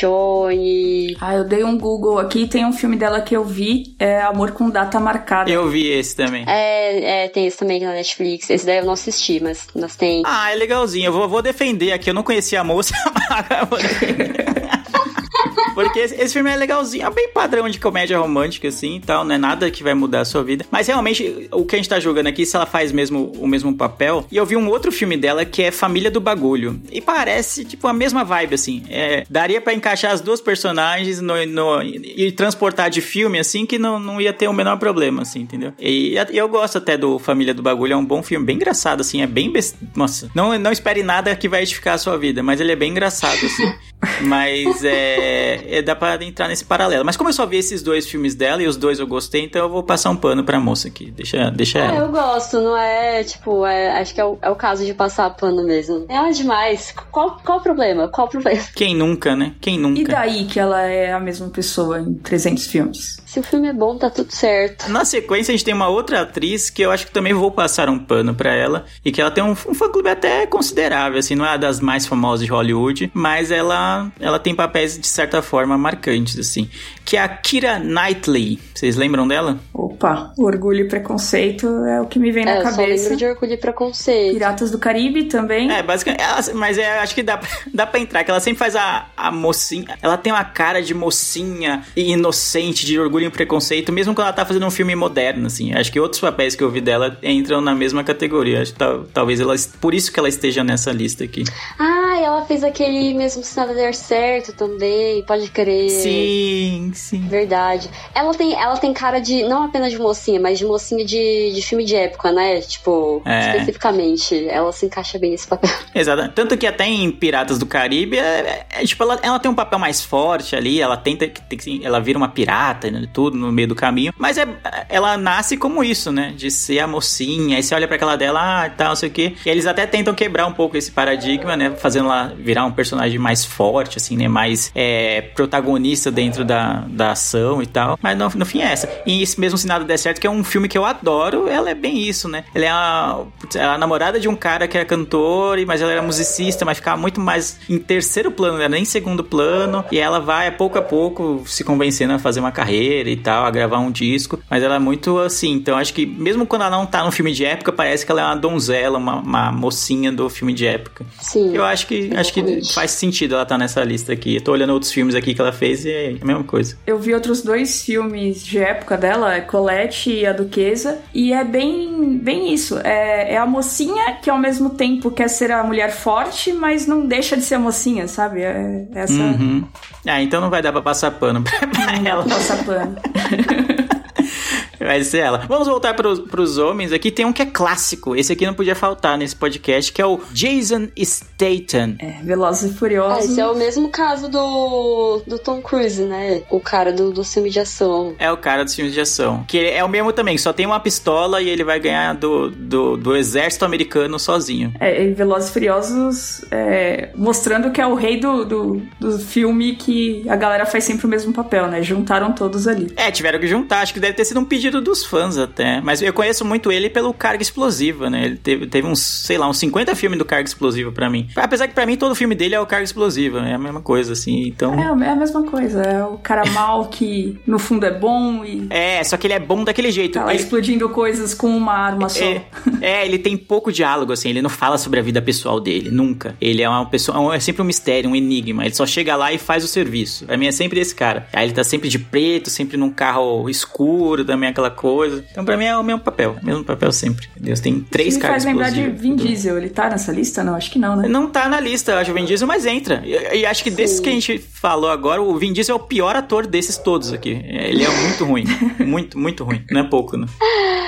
Apaixone. Ah, eu dei um Google aqui, tem um filme dela que eu vi, é Amor com Data Marcada. Eu vi esse também. É, é tem esse também na Netflix. Esse daí eu não assisti, mas nós tem. Ah, é legalzinho. Eu vou, vou defender aqui. Eu não conhecia a moça. Porque esse, esse filme é legalzinho, é bem padrão de comédia romântica, assim, e tal, não é nada que vai mudar a sua vida. Mas realmente, o que a gente tá jogando aqui, se ela faz mesmo o mesmo papel. E eu vi um outro filme dela que é Família do Bagulho. E parece, tipo, a mesma vibe, assim. É, daria pra encaixar as duas personagens no, no, e transportar de filme, assim, que não, não ia ter o menor problema, assim, entendeu? E, e eu gosto até do Família do Bagulho, é um bom filme, bem engraçado, assim, é bem... Best... Nossa, não, não espere nada que vai edificar a sua vida, mas ele é bem engraçado, assim. Mas é, é... dá pra entrar nesse paralelo. Mas como eu só vi esses dois filmes dela e os dois eu gostei, então eu vou passar um pano pra moça aqui. Deixa, deixa é, ela. Eu gosto, não é, tipo, é, acho que é o, é o caso de passar pano mesmo. É demais. Qual, qual o problema? Qual o problema? Quem nunca, né? Quem nunca? E daí que ela é a mesma pessoa em trezentos filmes? Se o filme é bom, tá tudo certo. Na sequência, a gente tem uma outra atriz que eu acho que também vou passar um pano pra ela. E que ela tem um, um fã-clube até considerável, assim, não é das mais famosas de Hollywood, mas ela, ela tem papéis, de certa forma, marcantes, assim. Que é a Keira Knightley. Vocês lembram dela? Opa, Orgulho e Preconceito é o que me vem na é, cabeça. Eu só lembro de Orgulho e Preconceito. Piratas do Caribe também. É, basicamente, ela, mas é, acho que dá, dá pra entrar, que ela sempre faz a, a mocinha, ela tem uma cara de mocinha e inocente, de Orgulho e Preconceito, mesmo quando ela tá fazendo um filme moderno, assim. Acho que outros papéis que eu vi dela entram na mesma categoria. Acho que tal, talvez ela, por isso que ela esteja nessa lista aqui. Ah, ela fez aquele Mesmo Se Nada Der Certo também, pode crer. Sim, sim. Verdade. Ela tem, ela tem cara de, não apenas de mocinha, mas de mocinha de, de filme de época, né? Tipo, é. especificamente, ela se encaixa bem nesse papel. Exato. Tanto que até em Piratas do Caribe, é, é, tipo, ela, ela tem um papel mais forte ali, ela tenta, ela vira uma pirata, né, tudo no meio do caminho, mas é, ela nasce como isso, né? De ser a mocinha, aí você olha pra aquela dela, ah, tal, não sei o quê. E eles até tentam quebrar um pouco esse paradigma, né? Fazendo ela virar um personagem mais forte, assim, né? Mais é, protagonista dentro da, da ação e tal. Mas no, no fim é essa. E Mesmo Se Nada Der Certo, que é um filme que eu adoro, ela é bem isso, né? Ela é a, ela é a namorada de um cara que era cantor, mas ela era musicista, mas ficava muito mais em terceiro plano, né? Nem em segundo plano. E ela vai, pouco a pouco, se convencendo a fazer uma carreira e tal, a gravar um disco. Mas ela é muito assim. Então, acho que mesmo quando ela não tá no filme de época, parece que ela é uma donzela, uma, uma mocinha do filme de época. Sim. Eu acho que, acho que faz sentido ela tá nessa lista aqui. Eu tô olhando outros filmes aqui que ela fez e é a mesma coisa. Eu vi outros dois filmes de época dela, Colette e A Duquesa, e é bem, bem isso. É, é a mocinha que ao mesmo tempo quer ser a mulher forte, mas não deixa de ser a mocinha, sabe? É essa... Uhum. Ah, então não vai dar pra passar pano pra, pra não ela. Não passar pano. Vai ser ela. Vamos voltar pros, pros homens aqui. Tem um que é clássico. Esse aqui não podia faltar nesse podcast, que é o Jason Statham. É, Velozes e Furiosos. Ah, esse é o mesmo caso do, do Tom Cruise, né? O cara do, do filme de ação. É o cara dos filmes de ação. Que é o mesmo também, só tem uma pistola e ele vai ganhar do, do, do exército americano sozinho. É, e Velozes e Furiosos é, mostrando que é o rei do, do, do filme que a galera faz sempre o mesmo papel, né? Juntaram todos ali. É, tiveram que juntar. Acho que deve ter sido um pedido dos fãs até, mas eu conheço muito ele pelo Carga Explosiva, né? Ele teve, teve uns, sei lá, uns cinquenta filmes do Carga Explosiva pra mim. Apesar que pra mim todo filme dele é o Carga Explosiva, é a mesma coisa, assim, então... É, é a mesma coisa, é o cara mal que no fundo é bom e... É, só que ele é bom daquele jeito. Tá lá ele... explodindo coisas com uma arma só. É, é, ele tem pouco diálogo, assim, ele não fala sobre a vida pessoal dele, nunca. Ele é uma pessoa, é sempre um mistério, um enigma, ele só chega lá e faz o serviço. Pra mim é sempre esse cara. Aí ele tá sempre de preto, sempre num carro escuro, também aquela coisa. Então pra mim é o mesmo papel, o mesmo papel sempre. Deus tem três caras explosivos. Faz lembrar de Vin Diesel, ele tá nessa lista? Não, acho que não, né? Não tá na lista, eu acho, o Vin Diesel, mas entra. E, e acho que Sim. desses que a gente falou agora, o Vin Diesel é o pior ator desses todos aqui. Ele é muito ruim, muito, muito ruim, não é pouco, né?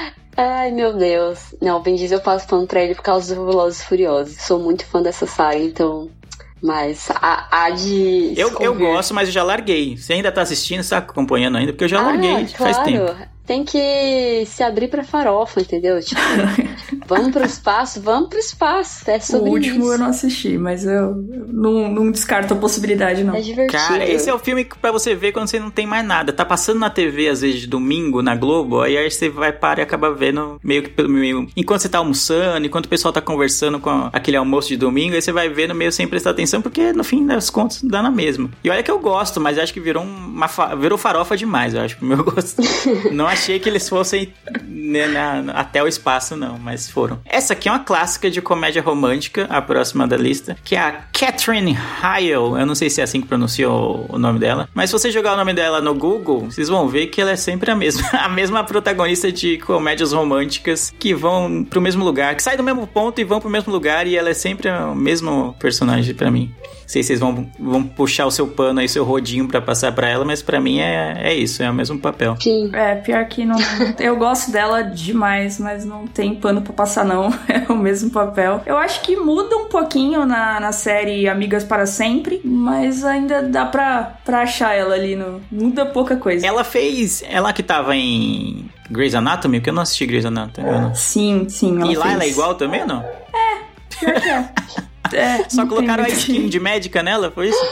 Ai, meu Deus. Não, o Vin Diesel eu passo pano pra ele por causa do Velozes e Furiosos. Sou muito fã dessa saga, então... Mas há, há de... Eu, eu gosto, mas eu já larguei. Você ainda tá assistindo, você tá acompanhando ainda? Porque eu já ah, larguei claro. faz tempo. Tem que se abrir pra farofa, entendeu? Tipo, vamos pro espaço, vamos pro espaço. É sobre O último isso. eu não assisti, mas eu, eu não, não descarto a possibilidade, não. É divertido. Cara, esse é o filme pra você ver quando você não tem mais nada. Tá passando na T V, às vezes, de domingo, na Globo, aí, aí você vai parar e acaba vendo meio que pelo meio... Enquanto você tá almoçando, enquanto o pessoal tá conversando com aquele almoço de domingo, aí você vai vendo meio sem prestar atenção, porque no fim das contas dá na mesma. E olha que eu gosto, mas acho que virou uma fa... virou farofa demais, eu acho, pro meu gosto. Não achei que eles fossem né, na, até o espaço, não. Mas foram. Essa aqui é uma clássica de comédia romântica, a próxima da lista, que é a Catherine Hale. Eu não sei se é assim que pronuncia o, o nome dela, mas se você jogar o nome dela no Google, vocês vão ver que ela é sempre a mesma, a mesma protagonista de comédias românticas que vão pro mesmo lugar, que saem do mesmo ponto e vão pro mesmo lugar, e ela é sempre o mesmo personagem pra mim. Não sei se vocês vão, vão puxar o seu pano aí, seu rodinho pra passar pra ela, mas pra mim é, é isso, é o mesmo papel. Sim. É, pior que não... Eu gosto dela demais, mas não tem pano pra passar, não. É o mesmo papel. Eu acho que muda um pouquinho na, na série Amigas para Sempre, mas ainda dá pra, pra achar ela ali. No... Muda pouca coisa. Ela fez... Ela que tava em Grey's Anatomy, porque eu não assisti Grey's Anatomy. Eu não... Sim, sim. Ela e lá fez. ela é igual também, não? É, pior que é. É, só colocaram a muito... skin de médica nela, foi isso?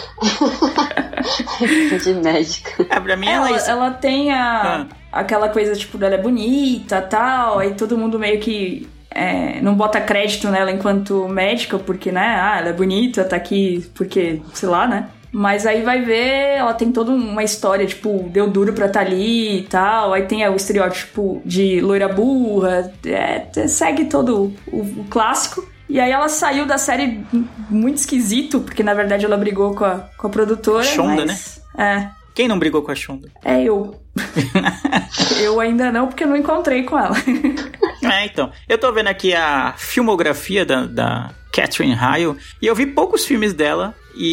De médica. É, pra mim ela, ela... ela tem a, ah. aquela coisa, tipo, dela é bonita e tal, aí todo mundo meio que é, não bota crédito nela enquanto médica, porque, né, ah, ela é bonita, tá aqui porque, sei lá, né? Mas aí vai ver, ela tem toda uma história, tipo, deu duro pra tá ali e tal. Aí tem o estereótipo de loira burra, é, segue todo o, o clássico. E aí ela saiu da série muito esquisito, porque na verdade ela brigou com a, com a produtora. Shonda, mas, né? É. Quem não brigou com a Shonda? É eu. Eu ainda não, porque eu não encontrei com ela. É, então. Eu tô vendo aqui a filmografia da, da Catherine Hale, e eu vi poucos filmes dela,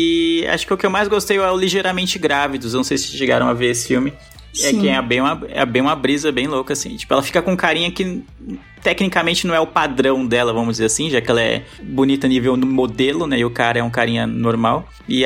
e acho que o que eu mais gostei é o Ligeiramente Grávidos. Não sei se chegaram a ver esse filme. É Sim. que é bem, uma, é bem uma brisa bem louca, assim. Tipo, ela fica com carinha que tecnicamente não é o padrão dela, vamos dizer assim, já que ela é bonita nível modelo, né? E o cara é um carinha normal. E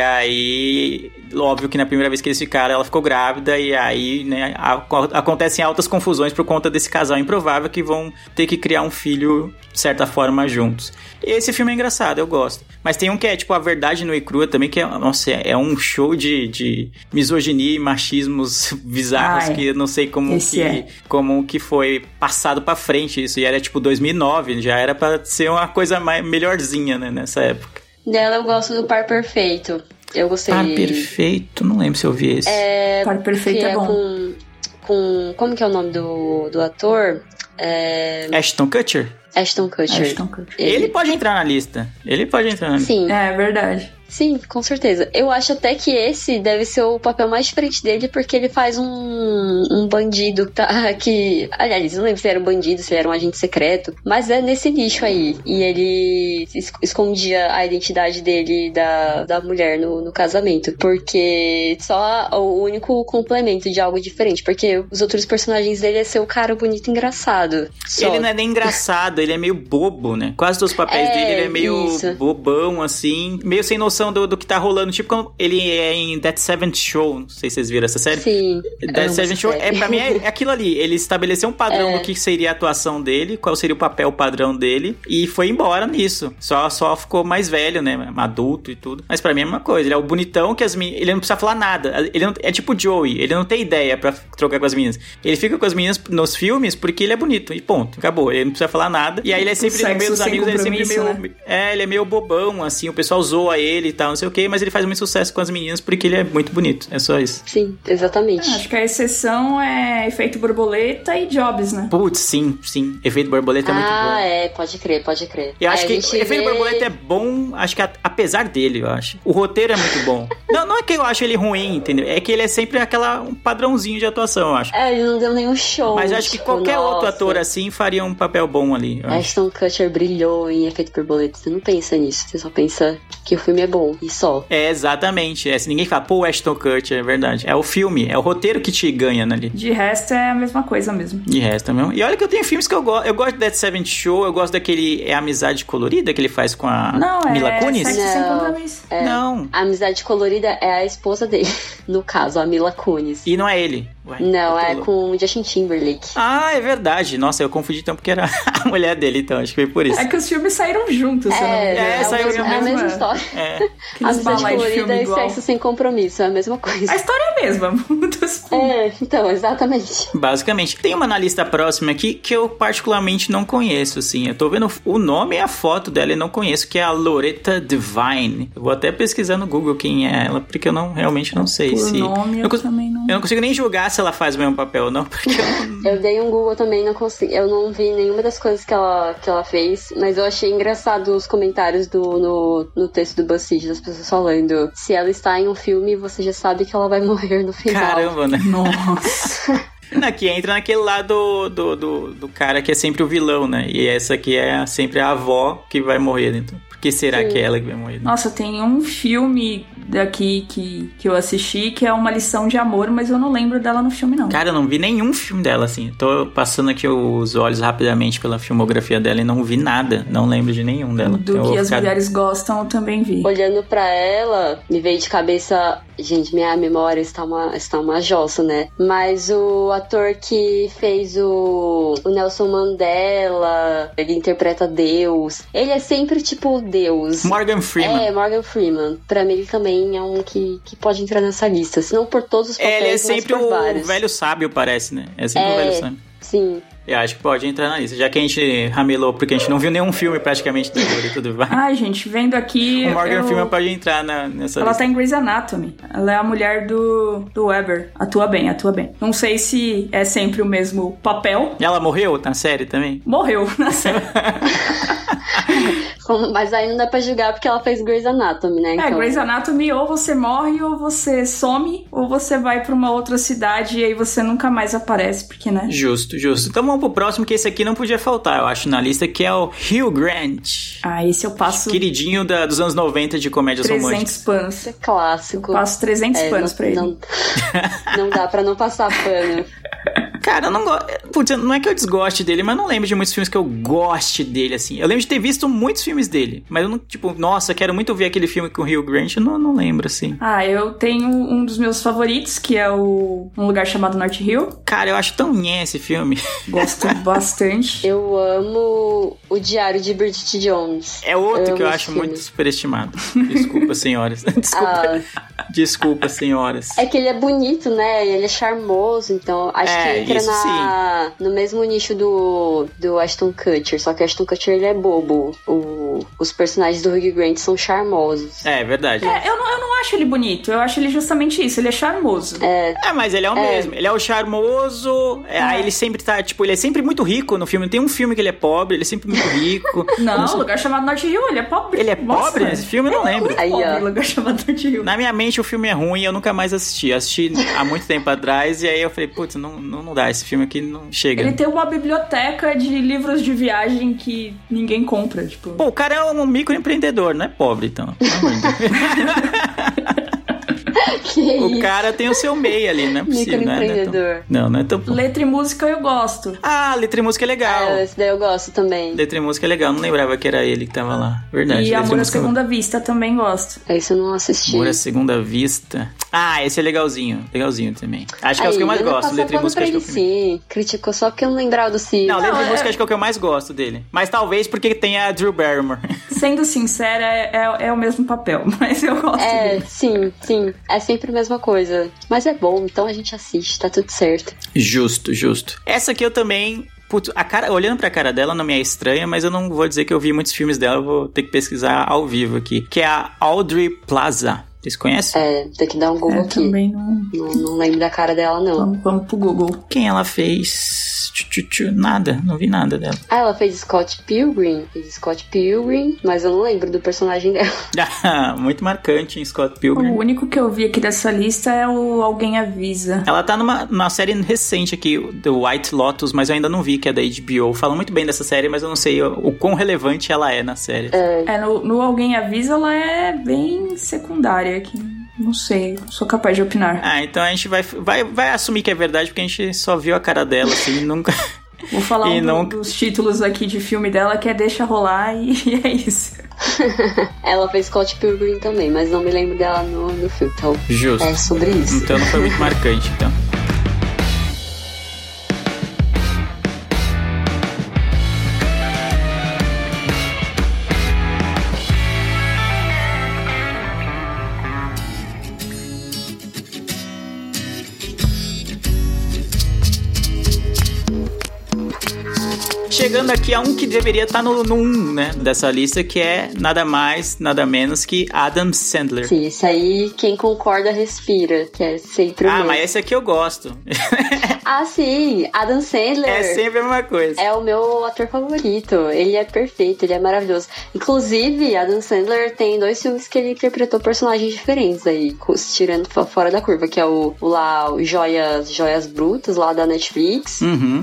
aí, óbvio que na primeira vez que eles ficaram, ela ficou grávida, e aí, né, a, acontecem altas confusões por conta desse casal improvável que vão ter que criar um filho, de certa forma, juntos. E esse filme é engraçado, eu gosto. Mas tem um que é, tipo, A Verdade Nua e Crua também, que é, nossa, é um show de, de misoginia e machismos bizarros. Ai, que eu não sei como que, é. como que foi passado pra frente isso. E era, tipo, dois mil e nove, já era pra ser uma coisa mais, melhorzinha, né, nessa época. Dela eu gosto do Par Perfeito. Eu gostei. Par Perfeito? Não lembro se eu vi esse. É, Par Perfeito é, é bom. Com, com... Como que é o nome do, do ator? É... Ashton Kutcher? Ashton Kutcher. Ashton Kutcher. Ele... Ele pode entrar na lista. Ele pode entrar na lista. Sim. É verdade. Sim, com certeza. Eu acho até que esse deve ser o papel mais diferente dele, porque ele faz um, um bandido tá, que... Aliás, não lembro se era um bandido, se era um agente secreto, mas é nesse nicho aí. E ele escondia a identidade dele da, da mulher no, no casamento, porque só o único complemento de algo diferente, porque os outros personagens dele é ser o cara bonito e engraçado. Só. Ele não é nem engraçado, ele é meio bobo, né? Quase todos os papéis é, dele, ele é meio isso. bobão, assim, meio sem noção Do, do que tá rolando, tipo quando ele é em That Seventh Show, não sei se vocês viram essa série. Sim. That Seventh Show, é, pra mim é, é aquilo ali, ele estabeleceu um padrão é. do que seria a atuação dele, qual seria o papel padrão dele, e foi embora nisso, só, só ficou mais velho, né, adulto e tudo, mas pra mim é a mesma coisa, ele é o bonitão que as meninas, ele não precisa falar nada, ele não, é tipo o Joey, ele não tem ideia pra trocar com as meninas, ele fica com as meninas nos filmes porque ele é bonito, e ponto, acabou, ele não precisa falar nada, e aí ele é sempre, no meio dos amigos, ele é sempre meio, né? é, ele é meio bobão, assim, o pessoal zoa ele e tal, não sei o que, mas ele faz muito sucesso com as meninas porque ele é muito bonito. É só isso. Sim, exatamente. Ah, acho que a exceção é Efeito Borboleta e Jobs, né? Putz, sim, sim. Efeito Borboleta é muito bom. Ah, é, pode crer, pode crer. Eu acho Aí que Efeito vê... Borboleta é bom, acho que a, apesar dele, eu acho. O roteiro é muito bom. não, não é que eu acho ele ruim, entendeu? É que ele é sempre aquela, um padrãozinho de atuação, eu acho. É, ele não deu nenhum show. Mas eu acho tipo, que qualquer nossa. outro ator assim faria um papel bom ali. Ashton Kutcher brilhou em Efeito Borboleta. Você não pensa nisso, você só pensa que o filme é bom e só. É, exatamente. É, se ninguém fala, pô, Ashton Kutcher, é verdade. É o filme, é o roteiro que te ganha ali. De resto é a mesma coisa mesmo. De resto mesmo. E olha que eu tenho filmes que eu gosto. Eu gosto de That Seventh Show, eu gosto daquele É Amizade Colorida que ele faz com a não, Mila é Kunis. Sexo Sem Compromisso. É, não. A Amizade Colorida é a esposa dele, no caso, a Mila Kunis. E não é ele. Ué, não, é louco. Com o Justin Timberlake. Ah, é verdade. Nossa, eu confundi então porque era a mulher dele, então acho que foi por isso. É que os filmes saíram juntos, é, se eu não me engano. É, é, saiu mesmo, é a mesma história. É. Amizade Colorida e Sexo Sem Compromisso, é a mesma coisa. A história é a mesma, muda os É, então, exatamente. Basicamente. Tem uma na lista próxima aqui que eu particularmente não conheço, assim. Eu tô vendo o nome e a foto dela e não conheço, que é a Loretta Devine. Eu vou até pesquisar no Google quem é ela, porque eu não, realmente não sei Por se... nome eu, eu cons... também não... Eu não consigo nem julgar se ela faz o mesmo papel ou não, porque eu não... Eu dei um Google também, não consegui. Eu não vi nenhuma das coisas que ela, que ela fez, mas eu achei engraçado os comentários do, no, no texto do BuzzFeed, das pessoas falando: se ela está em um filme, você já sabe que ela vai morrer no final. Caramba, né? Nossa. Aqui entra naquele lado do, do, do cara que é sempre o vilão, né? E essa aqui é sempre a avó que vai morrer, então. Por que será Sim. que é ela que vai morrer? Né? Nossa, tem um filme daqui que, que eu assisti que é Uma Lição de Amor, mas eu não lembro dela no filme, não. Cara, eu não vi nenhum filme dela, assim. Tô passando aqui os olhos rapidamente pela filmografia dela e não vi nada. Não lembro de nenhum dela. Do então, que as ficar... mulheres gostam, eu também vi. Olhando pra ela, me veio de cabeça... Gente, minha memória está uma, está uma jossa, né? Mas o ator que fez o, o Nelson Mandela, ele interpreta Deus. Ele é sempre tipo Deus. Morgan Freeman. É, Morgan Freeman. Pra mim ele também é um que, que pode entrar nessa lista. Se não por todos os papéis, é, ele é sempre mas por o vários. velho sábio, parece, né? É sempre é, o velho sábio. Sim. Eu acho que pode entrar na lista, já que a gente ramelou, porque a gente não viu nenhum filme praticamente do e tudo vai. Ai, gente, vendo aqui... O Morgan eu... Freeman pode entrar na, nessa Ela lista. tá em Grey's Anatomy. Ela é a mulher do, do Weber. Atua bem, atua bem. Não sei se é sempre o mesmo papel. E ela morreu na série também? Morreu na série. Mas aí não dá pra julgar porque ela fez Grey's Anatomy, né? É, então... Grey's Anatomy ou você morre, ou você some, ou você vai pra uma outra cidade e aí você nunca mais aparece, porque, né? Justo, justo. Então vamos pro próximo, que esse aqui não podia faltar, eu acho, na lista, que é o Hugh Grant. Ah, esse eu passo... Queridinho da, dos anos noventa de comédias românticas. trezentos panos. Isso é clássico. Eu passo trezentos é, panos não, pra ele. Não, não dá pra não passar pano. Cara, eu não gosto... Putz, não é que eu desgoste dele, mas eu não lembro de muitos filmes que eu goste dele, assim. Eu lembro de ter visto muitos filmes dele, mas eu não, tipo, nossa, quero muito ver aquele filme com o Hugh Grant, eu não, não lembro, assim. Ah, eu tenho um dos meus favoritos, que é o Um Lugar Chamado North Hill. Cara, eu acho tão nhé esse filme. Gosto bastante. Eu amo O Diário de Bridget Jones. É outro eu que eu acho filme. muito superestimado. Desculpa, senhoras. Desculpa. Ah. Desculpa, senhoras. É que ele é bonito, né? Ele é charmoso, então acho É, que entra isso na, no mesmo nicho do, do Ashton Kutcher, só que o Ashton Kutcher ele é bobo. O, os personagens do Hugh Grant são charmosos. É, verdade. É, eu não, eu não acho ele bonito, eu acho ele justamente isso, ele é charmoso. É, É, mas ele é o É. mesmo. Ele é o charmoso. É, aí ele sempre tá, tipo, ele é sempre muito rico no filme. Tem um filme que ele é pobre, ele é sempre muito rico. Não, O Lugar Chamado North Hill, ele é pobre. Ele é Nossa, pobre nesse filme? Eu não lembro. Aí, Pobre, ó. O Lugar Chamado North Hill. Na minha mente o filme é ruim e eu nunca mais assisti. Eu assisti há muito tempo atrás e aí eu falei, putz, não, não, não dá, esse filme aqui não chega. Ele tem uma biblioteca de livros de viagem que ninguém compra, tipo... Pô, o cara é um microempreendedor, não é pobre, então. Pelo amor de Deus. que O isso? cara tem o seu meio ali, não é possível, né? Microempreendedor. Não, não é tão... Letra e música eu gosto. Ah, letra e música é legal. Ah, esse daí eu gosto também. Letra e música é legal, não lembrava que era ele que tava lá. Verdade. E Letra Amor à música... Segunda Vista também gosto. Esse eu não assisti. Amor à Segunda Vista. Ah, esse é legalzinho. Legalzinho também. Acho que é os que eu mais Aí, gosto. passou Letra e pano música pra acho que é ele, o primeiro. sim. Criticou só porque eu não lembrava do Cid. Não, letra Não, e música é- acho que é o que eu mais gosto dele. Mas talvez porque tem a Drew Barrymore. Sendo sincera, é, é, é o mesmo papel, mas eu gosto É, dele. sim, sim. É sempre a mesma coisa. Mas é bom, então a gente assiste, tá tudo certo. Justo, justo. Essa aqui eu também... Putz, a cara, olhando pra cara dela não me é estranha, mas eu não vou dizer que eu vi muitos filmes dela, eu vou ter que pesquisar ao vivo aqui. Que é a Audrey Plaza. Vocês conhecem? É, tem que dar um Google É, aqui. também não... Não, não lembro da cara dela, não. Vamos, vamos pro Google. Quem ela fez? Tchu, tchu, tchu. Nada, não vi nada dela. Ah, ela fez Scott Pilgrim. Fez Scott Pilgrim, mas eu não lembro do personagem dela. Muito marcante em Scott Pilgrim. O único que eu vi aqui dessa lista é o Alguém Avisa. Ela tá numa, numa série recente aqui, do White Lotus, mas eu ainda não vi, que é da H B O. Falam muito bem dessa série, mas eu não sei o, o quão relevante ela é na série. É, no, no Alguém Avisa ela é bem secundária aqui. Não sei, sou capaz de opinar. Ah, então a gente vai, vai, vai assumir que é verdade, porque a gente só viu a cara dela, assim, nunca... Vou falar E um do- não- dos títulos aqui de filme dela, que é Deixa Rolar, e, e é isso. Ela fez Scott Pilgrim também, mas não me lembro dela no, no filme. Então, Justo. é sobre isso. Então não foi muito marcante, então. chegando aqui a um que deveria estar no, no um, né, dessa lista, que é nada mais, nada menos que Adam Sandler. Sim, esse aí, quem concorda, respira, que é sempre o Ah, mesmo. mas esse aqui eu gosto. Ah, sim, Adam Sandler. É sempre a mesma coisa. É o meu ator favorito. Ele é perfeito, ele é maravilhoso. Inclusive, Adam Sandler tem dois filmes que ele interpretou personagens diferentes aí, tirando fora da curva, que é o, o lá, o Joias, Joias Brutas, lá da Netflix. Uhum.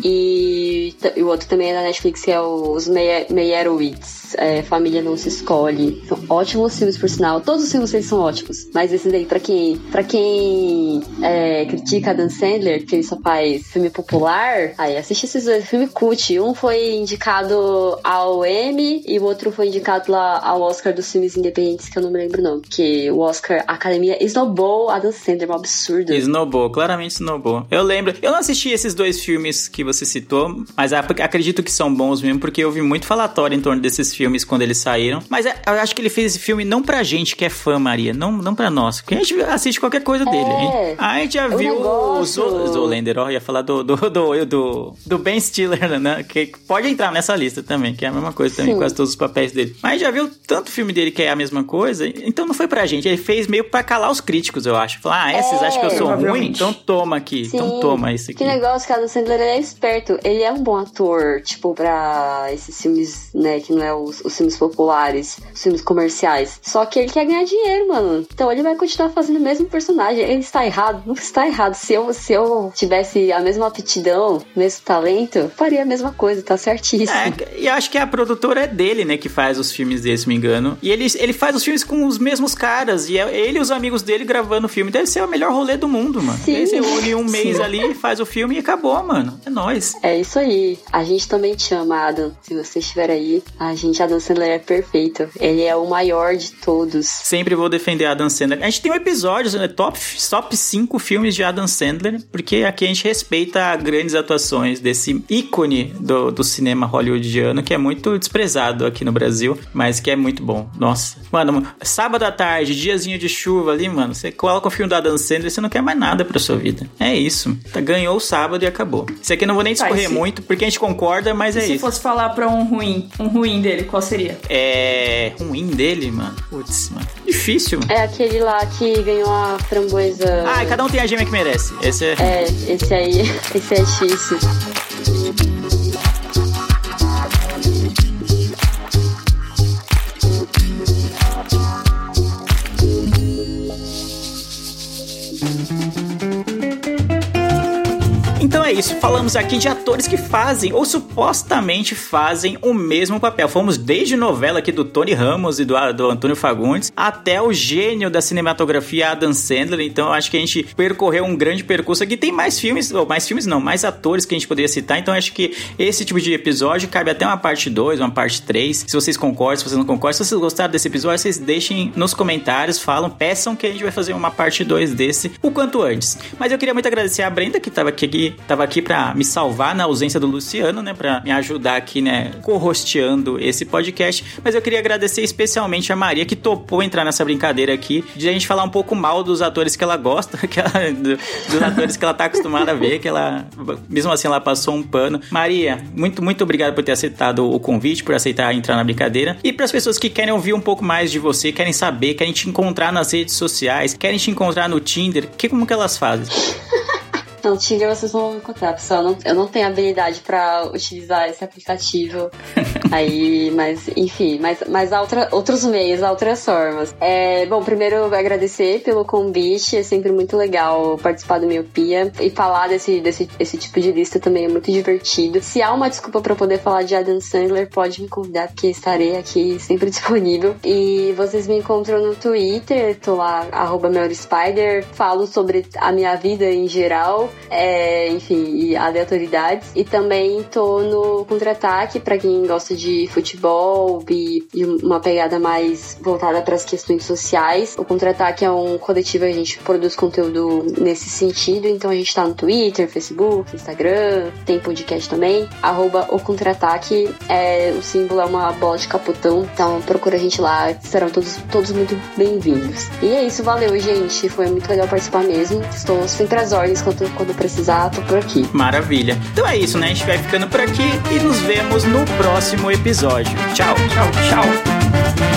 E, e o outro também é da Netflix, que é o, os Meyer- Meyerowitz. É, Família Não Se Escolhe. São ótimos filmes, por sinal. Todos os filmes eles são ótimos. Mas esse daí, pra quem, pra quem é, critica Adam Sandler, que ele só faz filme popular, aí assiste esses dois filmes cult. Um foi indicado ao Emmy e o outro foi indicado lá ao Oscar dos filmes independentes, que eu não me lembro não. Porque o Oscar, a Academia esnobou Adam Sandler, um absurdo. Snowball, claramente Snowball. Eu lembro, eu não assisti esses dois filmes que você citou, mas acredito que são bons mesmo, porque eu vi muito falatório em torno desses filmes quando eles saíram. Mas é, eu acho que ele fez esse filme não pra gente que é fã, Maria, não, não pra nós, porque a gente assiste qualquer coisa dele. É, hein? A gente já o viu negócio... o Zoolander, ó, ia falar do, do, do, do, do Ben Stiller, né? Que pode entrar nessa lista também, que é a mesma coisa também, Sim. quase todos os papéis dele. Mas já viu tanto filme dele que é a mesma coisa, então não foi pra gente. Ele fez meio pra calar os críticos, eu acho. Falar, ah, esses É, acham que eu sou ruim? provavelmente. Então toma aqui, Sim. então toma isso aqui. Que negócio que Adam Sandler ele é esperto. Ele é um bom ator, tipo, pra esses filmes, né, que não é os, os filmes populares, os filmes comerciais. Só que ele quer ganhar dinheiro, mano. Então ele vai continuar fazendo o mesmo personagem. Ele está errado? Não está errado. Se eu, se eu tivesse a mesma aptidão, o mesmo talento, faria a mesma coisa, tá certíssimo. É, e acho que a produtora é dele, né, que faz os filmes dele, se me engano. E ele, ele faz os filmes com os mesmos caras. E é ele e os amigos dele gravando o filme. Deve ser o melhor rolê do mundo, mano. Sim. Aí você une um mês Sim. ali, faz o filme e acabou, mano. É nóis. É isso aí. A gente também te ama, Adam. Se você estiver aí, a gente, Adam Sandler é perfeito. Ele é o maior de todos. Sempre vou defender Adam Sandler. A gente tem um episódio, né, top, top cinco filmes de Adam Sandler, porque aqui a gente respeita grandes atuações desse ícone do, do cinema hollywoodiano, que é muito desprezado aqui no Brasil, mas que é muito bom. Nossa. Mano, sábado à tarde, diazinho de chuva ali, mano, você coloca o filme do Adam Sandler, você não quer mais nada pra sua vida. É isso. Tá, ganhou o sábado e acabou. Isso aqui eu não vou nem discorrer Tá, se... muito, porque a gente concorda, mas é se isso. Se fosse falar pra um ruim, um ruim dele, qual seria? É... ruim dele, mano? Putz, mano. Difícil. É aquele lá que ganhou a framboesa... Ah, cada um tem a gêmea que merece. Esse é... É, esse aí, esse é difícil. Então é isso, falamos aqui de atores que fazem ou supostamente fazem o mesmo papel. Fomos desde novela aqui do Tony Ramos e do, do Antônio Fagundes até o gênio da cinematografia Adam Sandler. Então eu acho que a gente percorreu um grande percurso aqui. Tem mais filmes, ou mais filmes não, mais atores que a gente poderia citar. Então eu acho que esse tipo de episódio cabe até uma parte dois, uma parte três. Se vocês concordam, se vocês não concordam, se vocês gostaram desse episódio, vocês deixem nos comentários, falam, peçam que a gente vai fazer uma parte dois desse o quanto antes. Mas eu queria muito agradecer a Brenda, que estava aqui, tava aqui pra me salvar na ausência do Luciano, né, pra me ajudar aqui, né, co-hosteando esse podcast. Mas eu queria agradecer especialmente a Maria, que topou entrar nessa brincadeira aqui, de a gente falar um pouco mal dos atores que ela gosta, que ela, do, dos atores que ela tá acostumada a ver, que ela, mesmo assim, ela passou um pano. Maria, muito, muito obrigado por ter aceitado o convite, por aceitar entrar na brincadeira. E para as pessoas que querem ouvir um pouco mais de você, querem saber, querem te encontrar nas redes sociais, querem te encontrar no Tinder, que, como que elas fazem? Não, Tinder vocês vão encontrar, pessoal. Eu não, eu não tenho habilidade pra utilizar esse aplicativo aí, mas enfim, mas, mas há outra, outros meios, há outras formas. É, bom, primeiro eu vou agradecer pelo convite, é sempre muito legal participar do Miopia e falar desse, desse esse tipo de lista também é muito divertido. Se há uma desculpa pra poder falar de Adam Sandler, pode me convidar, porque estarei aqui sempre disponível. E vocês me encontram no Twitter, tô lá, arroba MelrySpider, falo sobre a minha vida em geral. É, enfim, e aleatoriedades. E também tô no Contra-Ataque, pra quem gosta de de futebol e de uma pegada mais voltada para as questões sociais. O Contra-Ataque é um coletivo, a gente produz conteúdo nesse sentido, então a gente tá no Twitter, Facebook, Instagram, tem podcast também, arroba o Contra-Ataque, é, o símbolo é uma bola de capotão, então procura a gente lá, serão todos, todos muito bem-vindos. E é isso, valeu, gente, foi muito legal participar mesmo, estou sempre às ordens quando, quando precisar, tô por aqui. Maravilha. Então é isso, né? A gente vai ficando por aqui e nos vemos no próximo episódio. Tchau. Tchau, tchau.